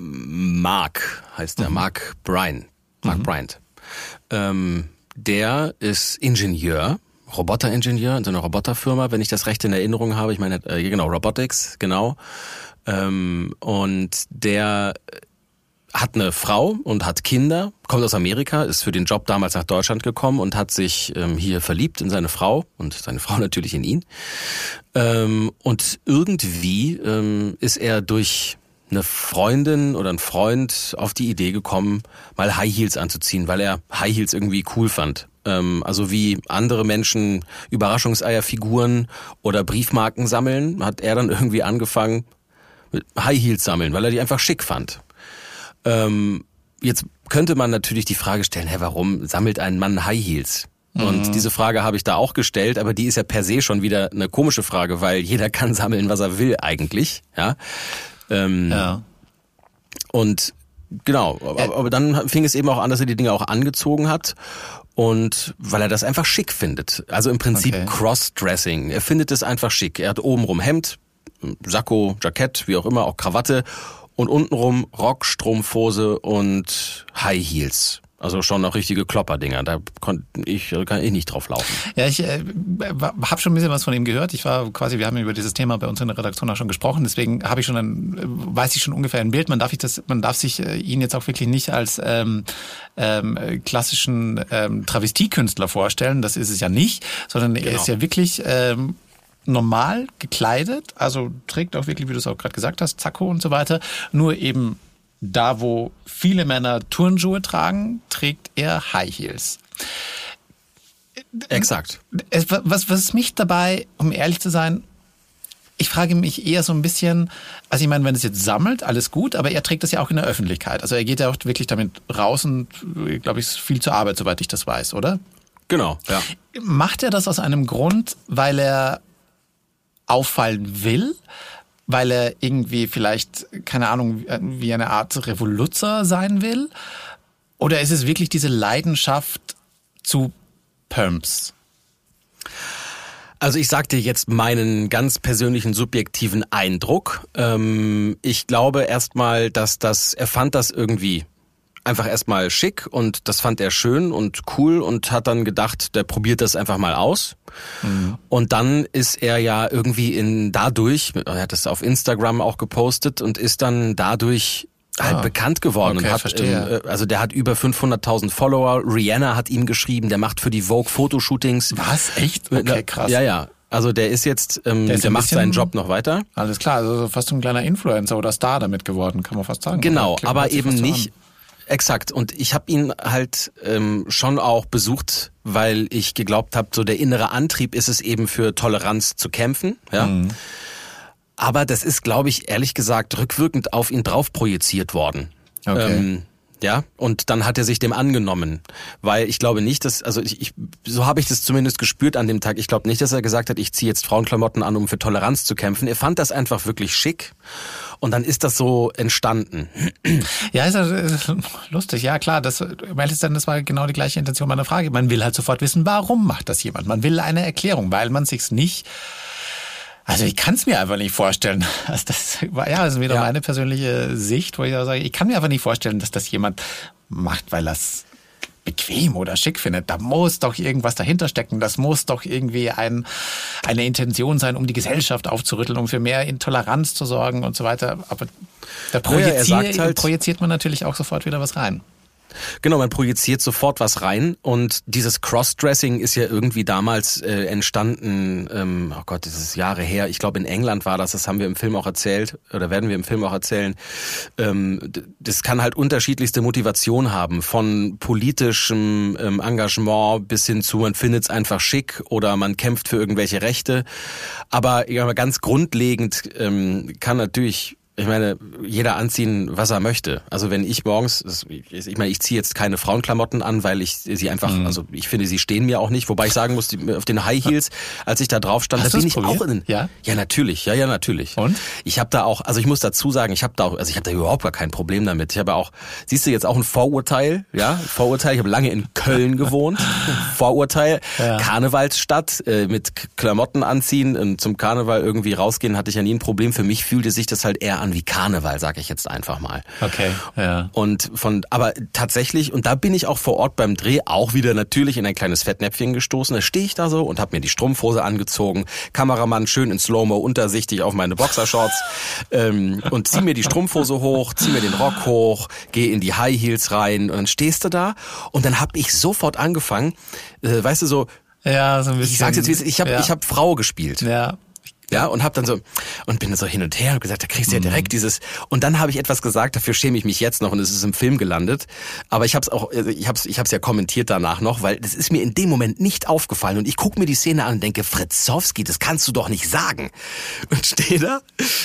Mark heißt der, mhm. Mark Bryant. Mark mhm. Bryant. Ähm, der ist Ingenieur. Roboteringenieur in so einer Roboterfirma, wenn ich das recht in Erinnerung habe. Ich meine, äh, genau, Robotics, genau. Ähm, und der hat eine Frau und hat Kinder, kommt aus Amerika, ist für den Job damals nach Deutschland gekommen und hat sich ähm, hier verliebt in seine Frau und seine Frau natürlich in ihn. Ähm, und irgendwie ähm, ist er durch eine Freundin oder ein Freund auf die Idee gekommen, mal High Heels anzuziehen, weil er High Heels irgendwie cool fand. Ähm, also wie andere Menschen Überraschungseierfiguren oder Briefmarken sammeln, hat er dann irgendwie angefangen mit High Heels sammeln, weil er die einfach schick fand. Ähm, jetzt könnte man natürlich die Frage stellen, hä, warum sammelt ein Mann High Heels? Mhm. Und diese Frage habe ich da auch gestellt, aber die ist ja per se schon wieder eine komische Frage, weil jeder kann sammeln, was er will eigentlich, ja. Ähm, Ja. Und genau, aber, aber dann fing es eben auch an, dass er die Dinge auch angezogen hat und weil er das einfach schick findet. Also im Prinzip Okay. Crossdressing. Er findet es einfach schick. Er hat obenrum Hemd, Sakko, Jackett, wie auch immer, auch Krawatte und untenrum Rock, Strumpfhose und High Heels. Also schon noch richtige Klopperdinger. Da konnte ich, kann ich nicht drauf laufen. Ja, ich äh, habe schon ein bisschen was von ihm gehört. Ich war quasi, wir haben über dieses Thema bei uns in der Redaktion auch schon gesprochen. Deswegen habe ich schon ein, weiß ich schon ungefähr ein Bild. Man darf ich das, man darf sich äh, ihn jetzt auch wirklich nicht als ähm, ähm, klassischen ähm, Travestiekünstler vorstellen. Das ist es ja nicht, sondern er Genau. ist ja wirklich ähm, normal gekleidet. Also trägt auch wirklich, wie du es auch gerade gesagt hast, Sakko und so weiter. Nur eben da, wo viele Männer Turnschuhe tragen, trägt er High Heels. Exakt. Es, was, was mich dabei, um ehrlich zu sein, ich frage mich eher so ein bisschen, also ich meine, wenn es jetzt sammelt, alles gut, aber er trägt das ja auch in der Öffentlichkeit. Also er geht ja auch wirklich damit raus und, glaube ich, viel zur Arbeit, soweit ich das weiß, oder? Genau, ja. Macht er das aus einem Grund, weil er auffallen will? Weil er irgendwie vielleicht, keine Ahnung, wie eine Art Revoluzer sein will? Oder ist es wirklich diese Leidenschaft zu Pumps? Also ich sag dir jetzt meinen ganz persönlichen subjektiven Eindruck. Ähm, ich glaube erstmal, dass das, er fand das irgendwie einfach erstmal schick und das fand er schön und cool und hat dann gedacht, der probiert das einfach mal aus. Mhm. Und dann ist er ja irgendwie in dadurch, er hat das auf Instagram auch gepostet und ist dann dadurch halt ah, bekannt geworden okay, und hat, verstehe. also der hat über fünfhunderttausend Follower. Rihanna hat ihm geschrieben, der macht für die Vogue Fotoshootings. Was? Echt? Okay, krass. Ja, ja. Also der ist jetzt, ähm, der, ist der macht bisschen, seinen Job noch weiter. Alles klar, also fast so ein kleiner Influencer oder Star damit geworden, kann man fast sagen. Genau, aber eben nicht. Exakt. Und ich habe ihn halt ähm, schon auch besucht, weil ich geglaubt habe, so der innere Antrieb ist es eben für Toleranz zu kämpfen. Ja. Mhm. Aber das ist, glaube ich, ehrlich gesagt, rückwirkend auf ihn drauf projiziert worden. Okay. Ähm, ja, und dann hat er sich dem angenommen, weil ich glaube nicht, dass, also ich, ich so habe ich das zumindest gespürt an dem Tag. Ich glaube nicht, dass er gesagt hat, ich ziehe jetzt Frauenklamotten an, um für Toleranz zu kämpfen. Er fand das einfach wirklich schick und dann ist das so entstanden. Ja, ist ja lustig. Ja, klar, das, das war genau die gleiche Intention meiner Frage. Man will halt sofort wissen, warum macht das jemand? Man will eine Erklärung, weil man sich's nicht. Also ich kann es mir einfach nicht vorstellen. Also das war ja das ist wieder ja. meine persönliche Sicht, wo ich sage, ich kann mir einfach nicht vorstellen, dass das jemand macht, weil er es bequem oder schick findet. Da muss doch irgendwas dahinter stecken. Das muss doch irgendwie ein, eine Intention sein, um die Gesellschaft aufzurütteln, um für mehr Intoleranz zu sorgen und so weiter. Aber da projiziert, ja, er sagt halt, projiziert man natürlich auch sofort wieder was rein. Genau, man projiziert sofort was rein und dieses Crossdressing ist ja irgendwie damals äh, entstanden, ähm, oh Gott, das ist Jahre her, ich glaube in England war das, das haben wir im Film auch erzählt oder werden wir im Film auch erzählen. Ähm, das kann halt unterschiedlichste Motivation haben, von politischem ähm, Engagement bis hin zu, man findet es einfach schick oder man kämpft für irgendwelche Rechte. Aber ja, ganz grundlegend ähm, kann natürlich ich meine, jeder anziehen, was er möchte. Also wenn ich morgens, ich meine, ich ziehe jetzt keine Frauenklamotten an, weil ich sie einfach, mhm. also ich finde, sie stehen mir auch nicht. Wobei ich sagen muss, auf den High Heels, als ich da drauf stand, Hast da bin ich probiert? auch in. Ja, ja natürlich, ja, ja, natürlich. Und? Ich habe da auch, also ich muss dazu sagen, ich habe da auch, also ich habe da überhaupt gar kein Problem damit. Ich habe auch, siehst du jetzt auch ein Vorurteil, ja, Vorurteil. Ich habe lange in Köln gewohnt. Vorurteil, ja. Karnevalsstadt, äh, mit Klamotten anziehen und zum Karneval irgendwie rausgehen, hatte ich ja nie ein Problem. Für mich fühlte sich das halt eher an wie Karneval, sage ich jetzt einfach mal. Okay, ja. Und von, aber tatsächlich, und da bin ich auch vor Ort beim Dreh auch wieder natürlich in ein kleines Fettnäpfchen gestoßen. Da stehe ich da so und habe mir die Strumpfhose angezogen, Kameramann schön in Slow-Mo untersichtig auf meine Boxershorts ähm, und zieh mir die Strumpfhose hoch, zieh mir den Rock hoch, gehe in die High Heels rein und dann stehst du da und dann habe ich sofort angefangen, äh, weißt du so, ja, so ein bisschen. Ich sag's jetzt, wie es ist, ich habe ja. ich hab Frau gespielt. Ja. Ja, und hab dann so, und bin so hin und her und gesagt, da kriegst du ja direkt dieses, und dann habe ich etwas gesagt, dafür schäme ich mich jetzt noch und es ist im Film gelandet, aber ich hab's auch, ich hab's, ich hab's ja kommentiert danach noch, weil das ist mir in dem Moment nicht aufgefallen und ich guck mir die Szene an und denke, Fritzowski, das kannst du doch nicht sagen. Und stehe da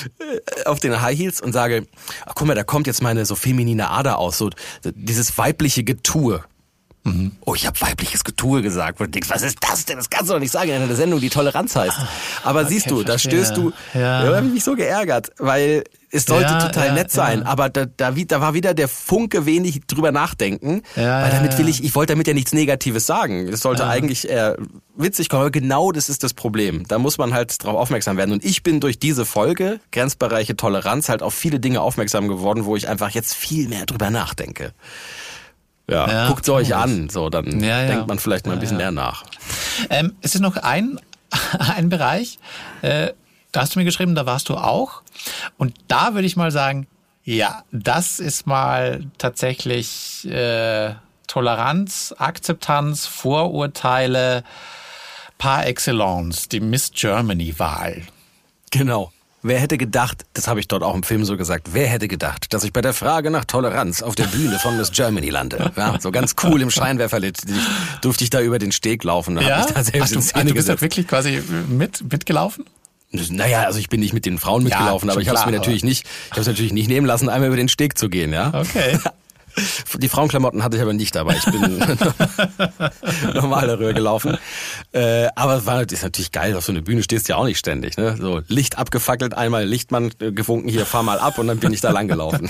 auf den High Heels und sage, ach, guck mal, da kommt jetzt meine so feminine Ader aus, so dieses weibliche Getue. Mhm. Oh, ich habe weibliches Getue gesagt. Und du denkst, was ist das denn? Das kannst du doch nicht sagen in einer Sendung, die Toleranz heißt. Aber okay, siehst du, da stößt du, ja. da habe ich mich so geärgert, weil es sollte ja, total ja, nett sein, ja. aber da, da, da war wieder der Funke wenig drüber nachdenken, ja, weil damit will ich, ich wollte damit ja nichts Negatives sagen. Es sollte ja. eigentlich eher witzig kommen, aber genau das ist das Problem. Da muss man halt drauf aufmerksam werden. Und ich bin durch diese Folge, Grenzbereiche Toleranz, halt auf viele Dinge aufmerksam geworden, wo ich einfach jetzt viel mehr drüber nachdenke. Ja, ja, guckt es euch an, so dann ja, ja. denkt man vielleicht mal ein bisschen ja, ja. mehr nach. Ähm, es ist noch ein, ein Bereich, äh, da hast du mir geschrieben, da warst du auch. Und da würde ich mal sagen, ja, das ist mal tatsächlich äh, Toleranz, Akzeptanz, Vorurteile par excellence, die Miss Germany-Wahl. Genau. Wer hätte gedacht, das habe ich dort auch im Film so gesagt, wer hätte gedacht, dass ich bei der Frage nach Toleranz auf der Bühne von Miss Germany lande. Ja, so ganz cool im Scheinwerferlicht durfte ich da über den Steg laufen. Da ja? hab ich da selbst Ach, du, in Szene ach, du bist gesetzt. da wirklich quasi mit, mitgelaufen? Naja, also ich bin nicht mit den Frauen mitgelaufen, ja, aber ich habe es mir natürlich nicht, ich habe es natürlich nicht nehmen lassen, einmal über den Steg zu gehen, ja. Okay. Die Frauenklamotten hatte ich aber nicht dabei. Ich bin normal darüber gelaufen. Äh, aber es war, ist natürlich geil, auf so eine Bühne stehst du ja auch nicht ständig. Ne? So Licht abgefackelt, einmal Lichtmann gewunken, hier fahr mal ab und dann bin ich da lang gelaufen.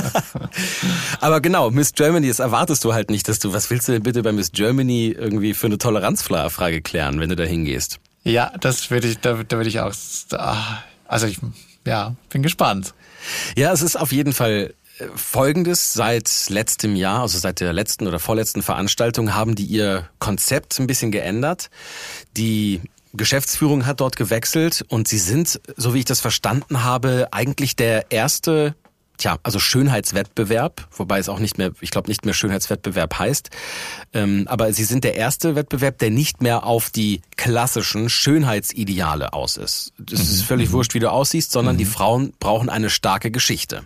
Aber genau, Miss Germany, das erwartest du halt nicht, dass du, was willst du denn bitte bei Miss Germany irgendwie für eine Toleranzfrage klären, wenn du da hingehst? Ja, das würde ich, da, da würde ich auch, also ich, ja, bin gespannt. Ja, es ist auf jeden Fall Folgendes: Seit letztem Jahr, also seit der letzten oder vorletzten Veranstaltung, haben die ihr Konzept ein bisschen geändert. Die Geschäftsführung hat dort gewechselt und sie sind, so wie ich das verstanden habe, eigentlich der erste, tja, also Schönheitswettbewerb, wobei es auch nicht mehr, ich glaube nicht mehr Schönheitswettbewerb heißt, ähm, aber sie sind der erste Wettbewerb, der nicht mehr auf die klassischen Schönheitsideale aus ist. Es ist völlig wurscht, wie du aussiehst, sondern mhm. die Frauen brauchen eine starke Geschichte.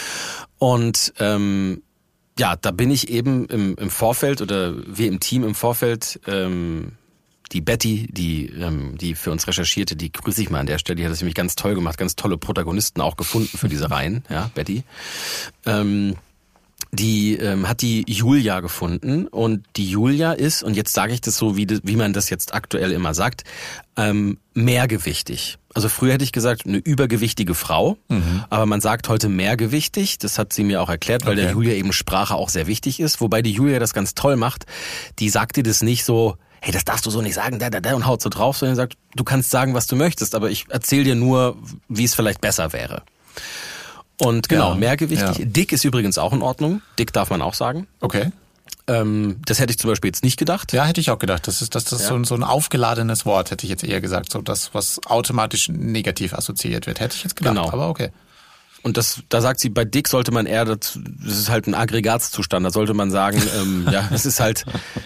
Und ähm, ja, da bin ich eben im, im Vorfeld oder wir im Team im Vorfeld, ähm, die Betty, die ähm, die für uns recherchierte, die grüße ich mal an der Stelle, die hat das nämlich ganz toll gemacht, ganz tolle Protagonisten auch gefunden für diese Reihen, ja, Betty. Ähm, die ähm, hat die Julia gefunden und die Julia ist, und jetzt sage ich das so, wie, wie man das jetzt aktuell immer sagt, ähm, mehrgewichtig. Also früher hätte ich gesagt, eine übergewichtige Frau, mhm. aber man sagt heute mehrgewichtig. Das hat sie mir auch erklärt, weil okay. der Julia eben Sprache auch sehr wichtig ist. Wobei die Julia das ganz toll macht. Die sagt dir das nicht so, hey, das darfst du so nicht sagen, da, da, da, und haut so drauf, sondern sagt, du kannst sagen, was du möchtest, aber ich erzähle dir nur, wie es vielleicht besser wäre. Und genau, ja, mehrgewichtig. Ja. Dick ist übrigens auch in Ordnung. Dick darf man auch sagen. Okay. Ähm, das hätte ich zum Beispiel jetzt nicht gedacht. Ja, hätte ich auch gedacht. Das ist, das, das ist ja. so, ein, so ein aufgeladenes Wort, hätte ich jetzt eher gesagt. So das, was automatisch negativ assoziiert wird. Hätte ich jetzt gedacht, genau. aber okay. Und das, da sagt sie, bei dick sollte man eher, das, das ist halt ein Aggregatzustand, da sollte man sagen, ähm, ja, es ist halt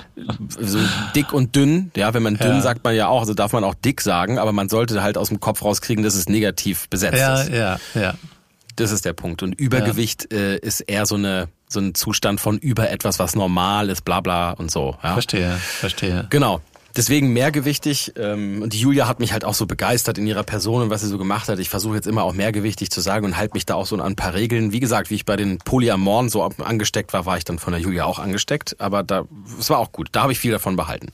so dick und dünn. Ja, wenn man dünn ja. sagt man ja auch, also darf man auch dick sagen, aber man sollte halt aus dem Kopf rauskriegen, dass es negativ besetzt ja, ist. Ja, ja, ja. Das ist der Punkt. Und Übergewicht ja. äh, ist eher so eine so ein Zustand von über etwas, was normal ist, bla bla und so. Ja? Verstehe, verstehe. Genau. Deswegen mehrgewichtig. Ähm, und die Julia hat mich halt auch so begeistert in ihrer Person und was sie so gemacht hat. Ich versuche jetzt immer auch mehrgewichtig zu sagen und halte mich da auch so an ein paar Regeln. Wie gesagt, wie ich bei den Polyamoren so angesteckt war, war ich dann von der Julia auch angesteckt. Aber da, es war auch gut. Da habe ich viel davon behalten.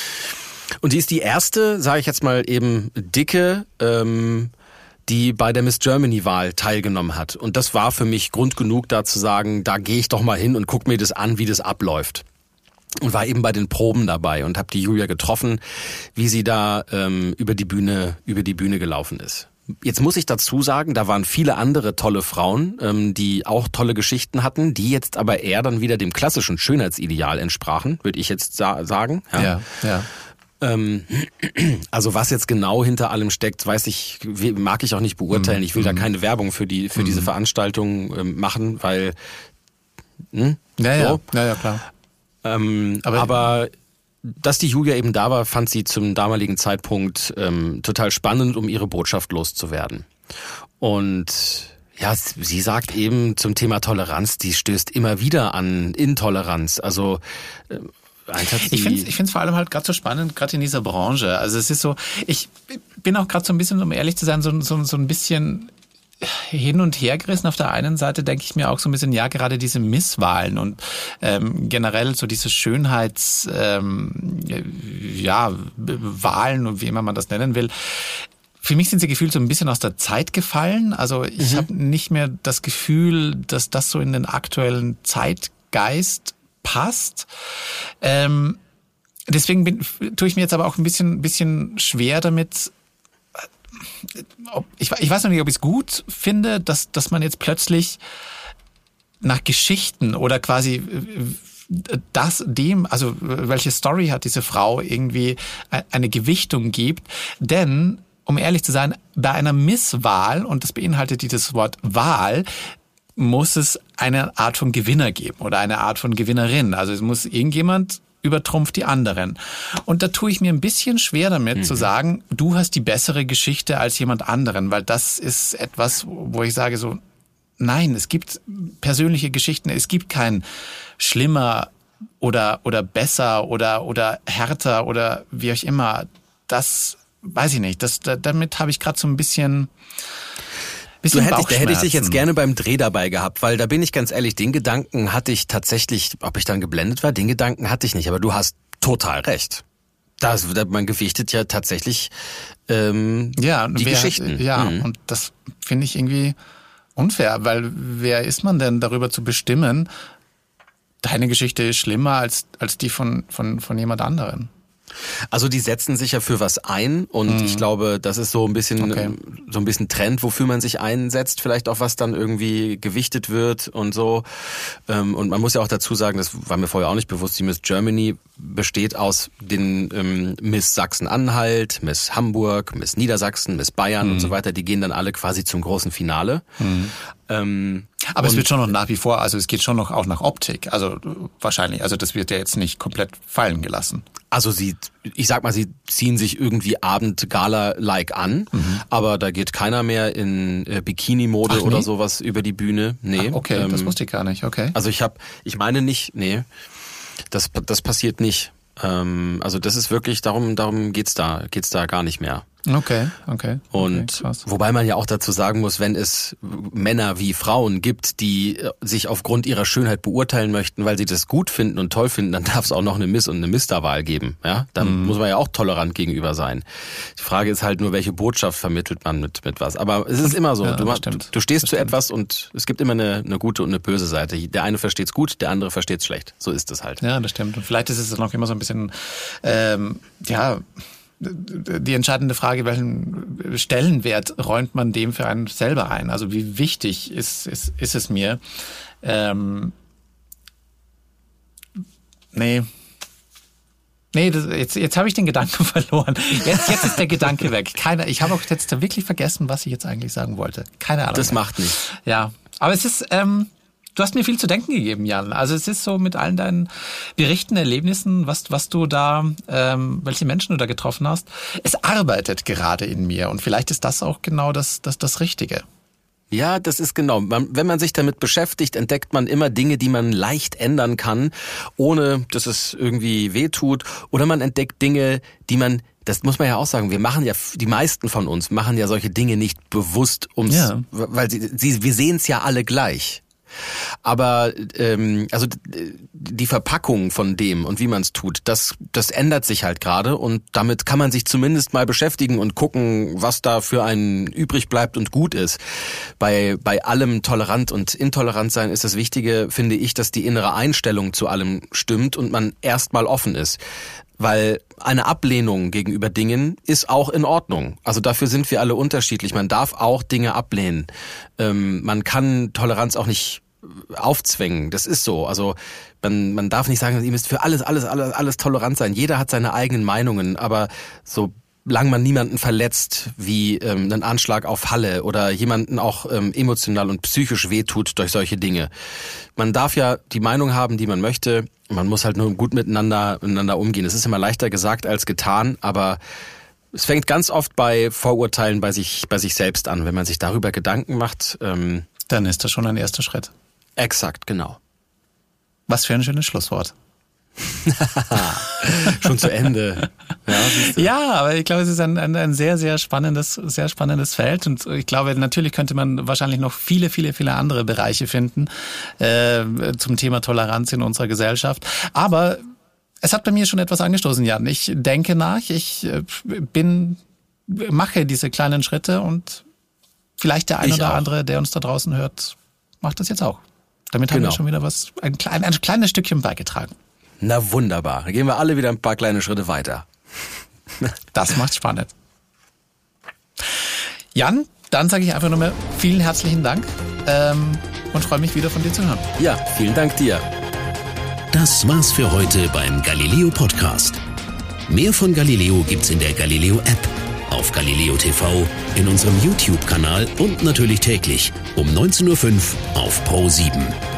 Und die ist die erste, sage ich jetzt mal eben, dicke, ähm, die bei der Miss Germany-Wahl teilgenommen hat. Und das war für mich Grund genug, da zu sagen, da gehe ich doch mal hin und guck mir das an, wie das abläuft. Und war eben bei den Proben dabei und habe die Julia getroffen, wie sie da ähm, über die Bühne über die Bühne gelaufen ist. Jetzt muss ich dazu sagen, da waren viele andere tolle Frauen, ähm, die auch tolle Geschichten hatten, die jetzt aber eher dann wieder dem klassischen Schönheitsideal entsprachen, würde ich jetzt sa- sagen. Ja, ja. ja. Ähm, also was jetzt genau hinter allem steckt, weiß ich, mag ich auch nicht beurteilen. Ich will mm. da keine Werbung für die für mm. diese Veranstaltung ähm, machen, weil hm, ja, ja, so. ja, ja, klar. Ähm, aber, aber dass die Julia eben da war, fand sie zum damaligen Zeitpunkt ähm, total spannend, um ihre Botschaft loszuwerden. Und ja, sie sagt eben zum Thema Toleranz, die stößt immer wieder an Intoleranz. Also äh, ich finde es ich find's vor allem halt gerade so spannend, gerade in dieser Branche. Also es ist so, ich bin auch gerade so ein bisschen, um ehrlich zu sein, so, so, so ein bisschen hin und her gerissen. Auf der einen Seite denke ich mir auch so ein bisschen, ja, gerade diese Misswahlen und ähm, generell so diese Schönheits, ähm, ja, Wahlen und wie immer man das nennen will. Für mich sind sie gefühlt so ein bisschen aus der Zeit gefallen. Also ich mhm. habe nicht mehr das Gefühl, dass das so in den aktuellen Zeitgeist passt. Ähm, deswegen bin, tue ich mir jetzt aber auch ein bisschen, bisschen schwer damit. Ob, ich, ich weiß noch nicht, ob ich es gut finde, dass, dass man jetzt plötzlich nach Geschichten oder quasi das dem, also welche Story hat diese Frau, irgendwie eine Gewichtung gibt. Denn, um ehrlich zu sein, bei einer Misswahl, und das beinhaltet dieses Wort Wahl, muss es eine Art von Gewinner geben oder eine Art von Gewinnerin. Also es muss irgendjemand übertrumpft die anderen. Und da tue ich mir ein bisschen schwer damit, mhm. zu sagen, du hast die bessere Geschichte als jemand anderen, weil das ist etwas, wo ich sage so, nein, es gibt persönliche Geschichten, es gibt kein schlimmer oder oder besser oder oder härter oder wie auch immer. Das weiß ich nicht. Das damit habe ich gerade so ein bisschen Du hätte ich, da hätte ich dich jetzt gerne beim Dreh dabei gehabt, weil da bin ich ganz ehrlich, den Gedanken hatte ich tatsächlich, ob ich dann geblendet war, den Gedanken hatte ich nicht, aber du hast total recht. Das, man gewichtet ja tatsächlich ähm, ja, die wer, Geschichten. Ja, mhm. und das finde ich irgendwie unfair, weil wer ist man denn darüber zu bestimmen, deine Geschichte ist schlimmer als als die von von von jemand anderen? Also die setzen sich ja für was ein und mhm. ich glaube, das ist so ein bisschen okay. so ein bisschen Trend, wofür man sich einsetzt, vielleicht auch was dann irgendwie gewichtet wird und so. Und man muss ja auch dazu sagen, das war mir vorher auch nicht bewusst, die Miss Germany besteht aus den ähm, Miss Sachsen-Anhalt, Miss Hamburg, Miss Niedersachsen, Miss Bayern mhm. und so weiter. Die gehen dann alle quasi zum großen Finale. Mhm. Ähm, Aber es wird schon noch nach wie vor, also es geht schon noch auch nach Optik, also wahrscheinlich, also das wird ja jetzt nicht komplett fallen gelassen. Also sie, ich sag mal, sie ziehen sich irgendwie Abend-Gala-like an, mhm. aber da geht keiner mehr in äh, Bikini-Mode Ach, nee? oder sowas über die Bühne. Nee. Ach, okay, ähm, das wusste ich gar nicht, okay. Also ich habe, ich meine nicht, nee, das das passiert nicht. Ähm, also das ist wirklich, darum darum geht's da, geht's da gar nicht mehr. Okay, okay. Und okay, wobei man ja auch dazu sagen muss, wenn es Männer wie Frauen gibt, die sich aufgrund ihrer Schönheit beurteilen möchten, weil sie das gut finden und toll finden, dann darf es auch noch eine Miss- und eine Mister-Wahl geben. Ja, dann mm. muss man ja auch tolerant gegenüber sein. Die Frage ist halt nur, welche Botschaft vermittelt man mit mit was. Aber es ist immer so, ja, du, du, du stehst zu etwas und es gibt immer eine, eine gute und eine böse Seite. Der eine versteht's gut, der andere versteht's schlecht. So ist es halt. Ja, das stimmt. Und vielleicht ist es noch immer so ein bisschen, ähm, ja... die entscheidende Frage, welchen Stellenwert räumt man dem für einen selber ein? Also wie wichtig ist, ist, ist es mir? Ähm, nee, Nee, das, jetzt, jetzt habe ich den Gedanken verloren. Jetzt, jetzt ist der Gedanke weg. Keine, ich habe auch jetzt wirklich vergessen, was ich jetzt eigentlich sagen wollte. Keine Ahnung. Das macht nichts. Ja, aber es ist, ähm, du hast mir viel zu denken gegeben, Jan. Also es ist so mit allen deinen Berichten, Erlebnissen, was, was du da, ähm, welche Menschen du da getroffen hast. Es arbeitet gerade in mir und vielleicht ist das auch genau das, das, das Richtige. Ja, das ist genau. Man, wenn man sich damit beschäftigt, entdeckt man immer Dinge, die man leicht ändern kann, ohne dass es irgendwie wehtut. Oder man entdeckt Dinge, die man, das muss man ja auch sagen, wir machen ja, die meisten von uns machen ja solche Dinge nicht bewusst, ums, ja. weil sie, sie, wir sehen es ja alle gleich. Aber ähm, also die Verpackung von dem und wie man es tut, das das ändert sich halt gerade und damit kann man sich zumindest mal beschäftigen und gucken, was da für einen übrig bleibt und gut ist. Bei bei allem tolerant und intolerant sein ist das Wichtige, finde ich, dass die innere Einstellung zu allem stimmt und man erstmal offen ist. Weil eine Ablehnung gegenüber Dingen ist auch in Ordnung. Also dafür sind wir alle unterschiedlich. Man darf auch Dinge ablehnen. Ähm, man kann Toleranz auch nicht aufzwängen. Das ist so. Also man, man darf nicht sagen, ihr müsst für alles, alles, alles, alles tolerant sein. Jeder hat seine eigenen Meinungen, aber so solange man niemanden verletzt, wie ähm, einen Anschlag auf Halle oder jemanden auch ähm, emotional und psychisch wehtut durch solche Dinge. Man darf ja die Meinung haben, die man möchte. Man muss halt nur gut miteinander, miteinander umgehen. Es ist immer leichter gesagt als getan, aber es fängt ganz oft bei Vorurteilen bei sich, bei sich selbst an. Wenn man sich darüber Gedanken macht, ähm, dann ist das schon ein erster Schritt. Exakt, genau. Was für ein schönes Schlusswort. Schon zu Ende. Ja, ja, aber ich glaube, es ist ein, ein, ein sehr, sehr spannendes, sehr spannendes Feld und ich glaube, natürlich könnte man wahrscheinlich noch viele, viele, viele andere Bereiche finden äh, zum Thema Toleranz in unserer Gesellschaft. Aber es hat bei mir schon etwas angestoßen, Jan. Ich denke nach, ich bin, mache diese kleinen Schritte und vielleicht der ein ich oder auch. andere, der uns da draußen hört, macht das jetzt auch. Damit haben genau. wir schon wieder was, ein, klein, ein kleines Stückchen beigetragen. Na wunderbar. Dann gehen wir alle wieder ein paar kleine Schritte weiter. Das macht spannend. Jan, dann sage ich einfach nur mal vielen herzlichen Dank ähm, und freue mich wieder von dir zu hören. Ja, vielen Dank dir. Das war's für heute beim Galileo Podcast. Mehr von Galileo gibt's in der Galileo App, auf Galileo T V, in unserem YouTube-Kanal und natürlich täglich um neunzehn Uhr fünf auf Pro sieben.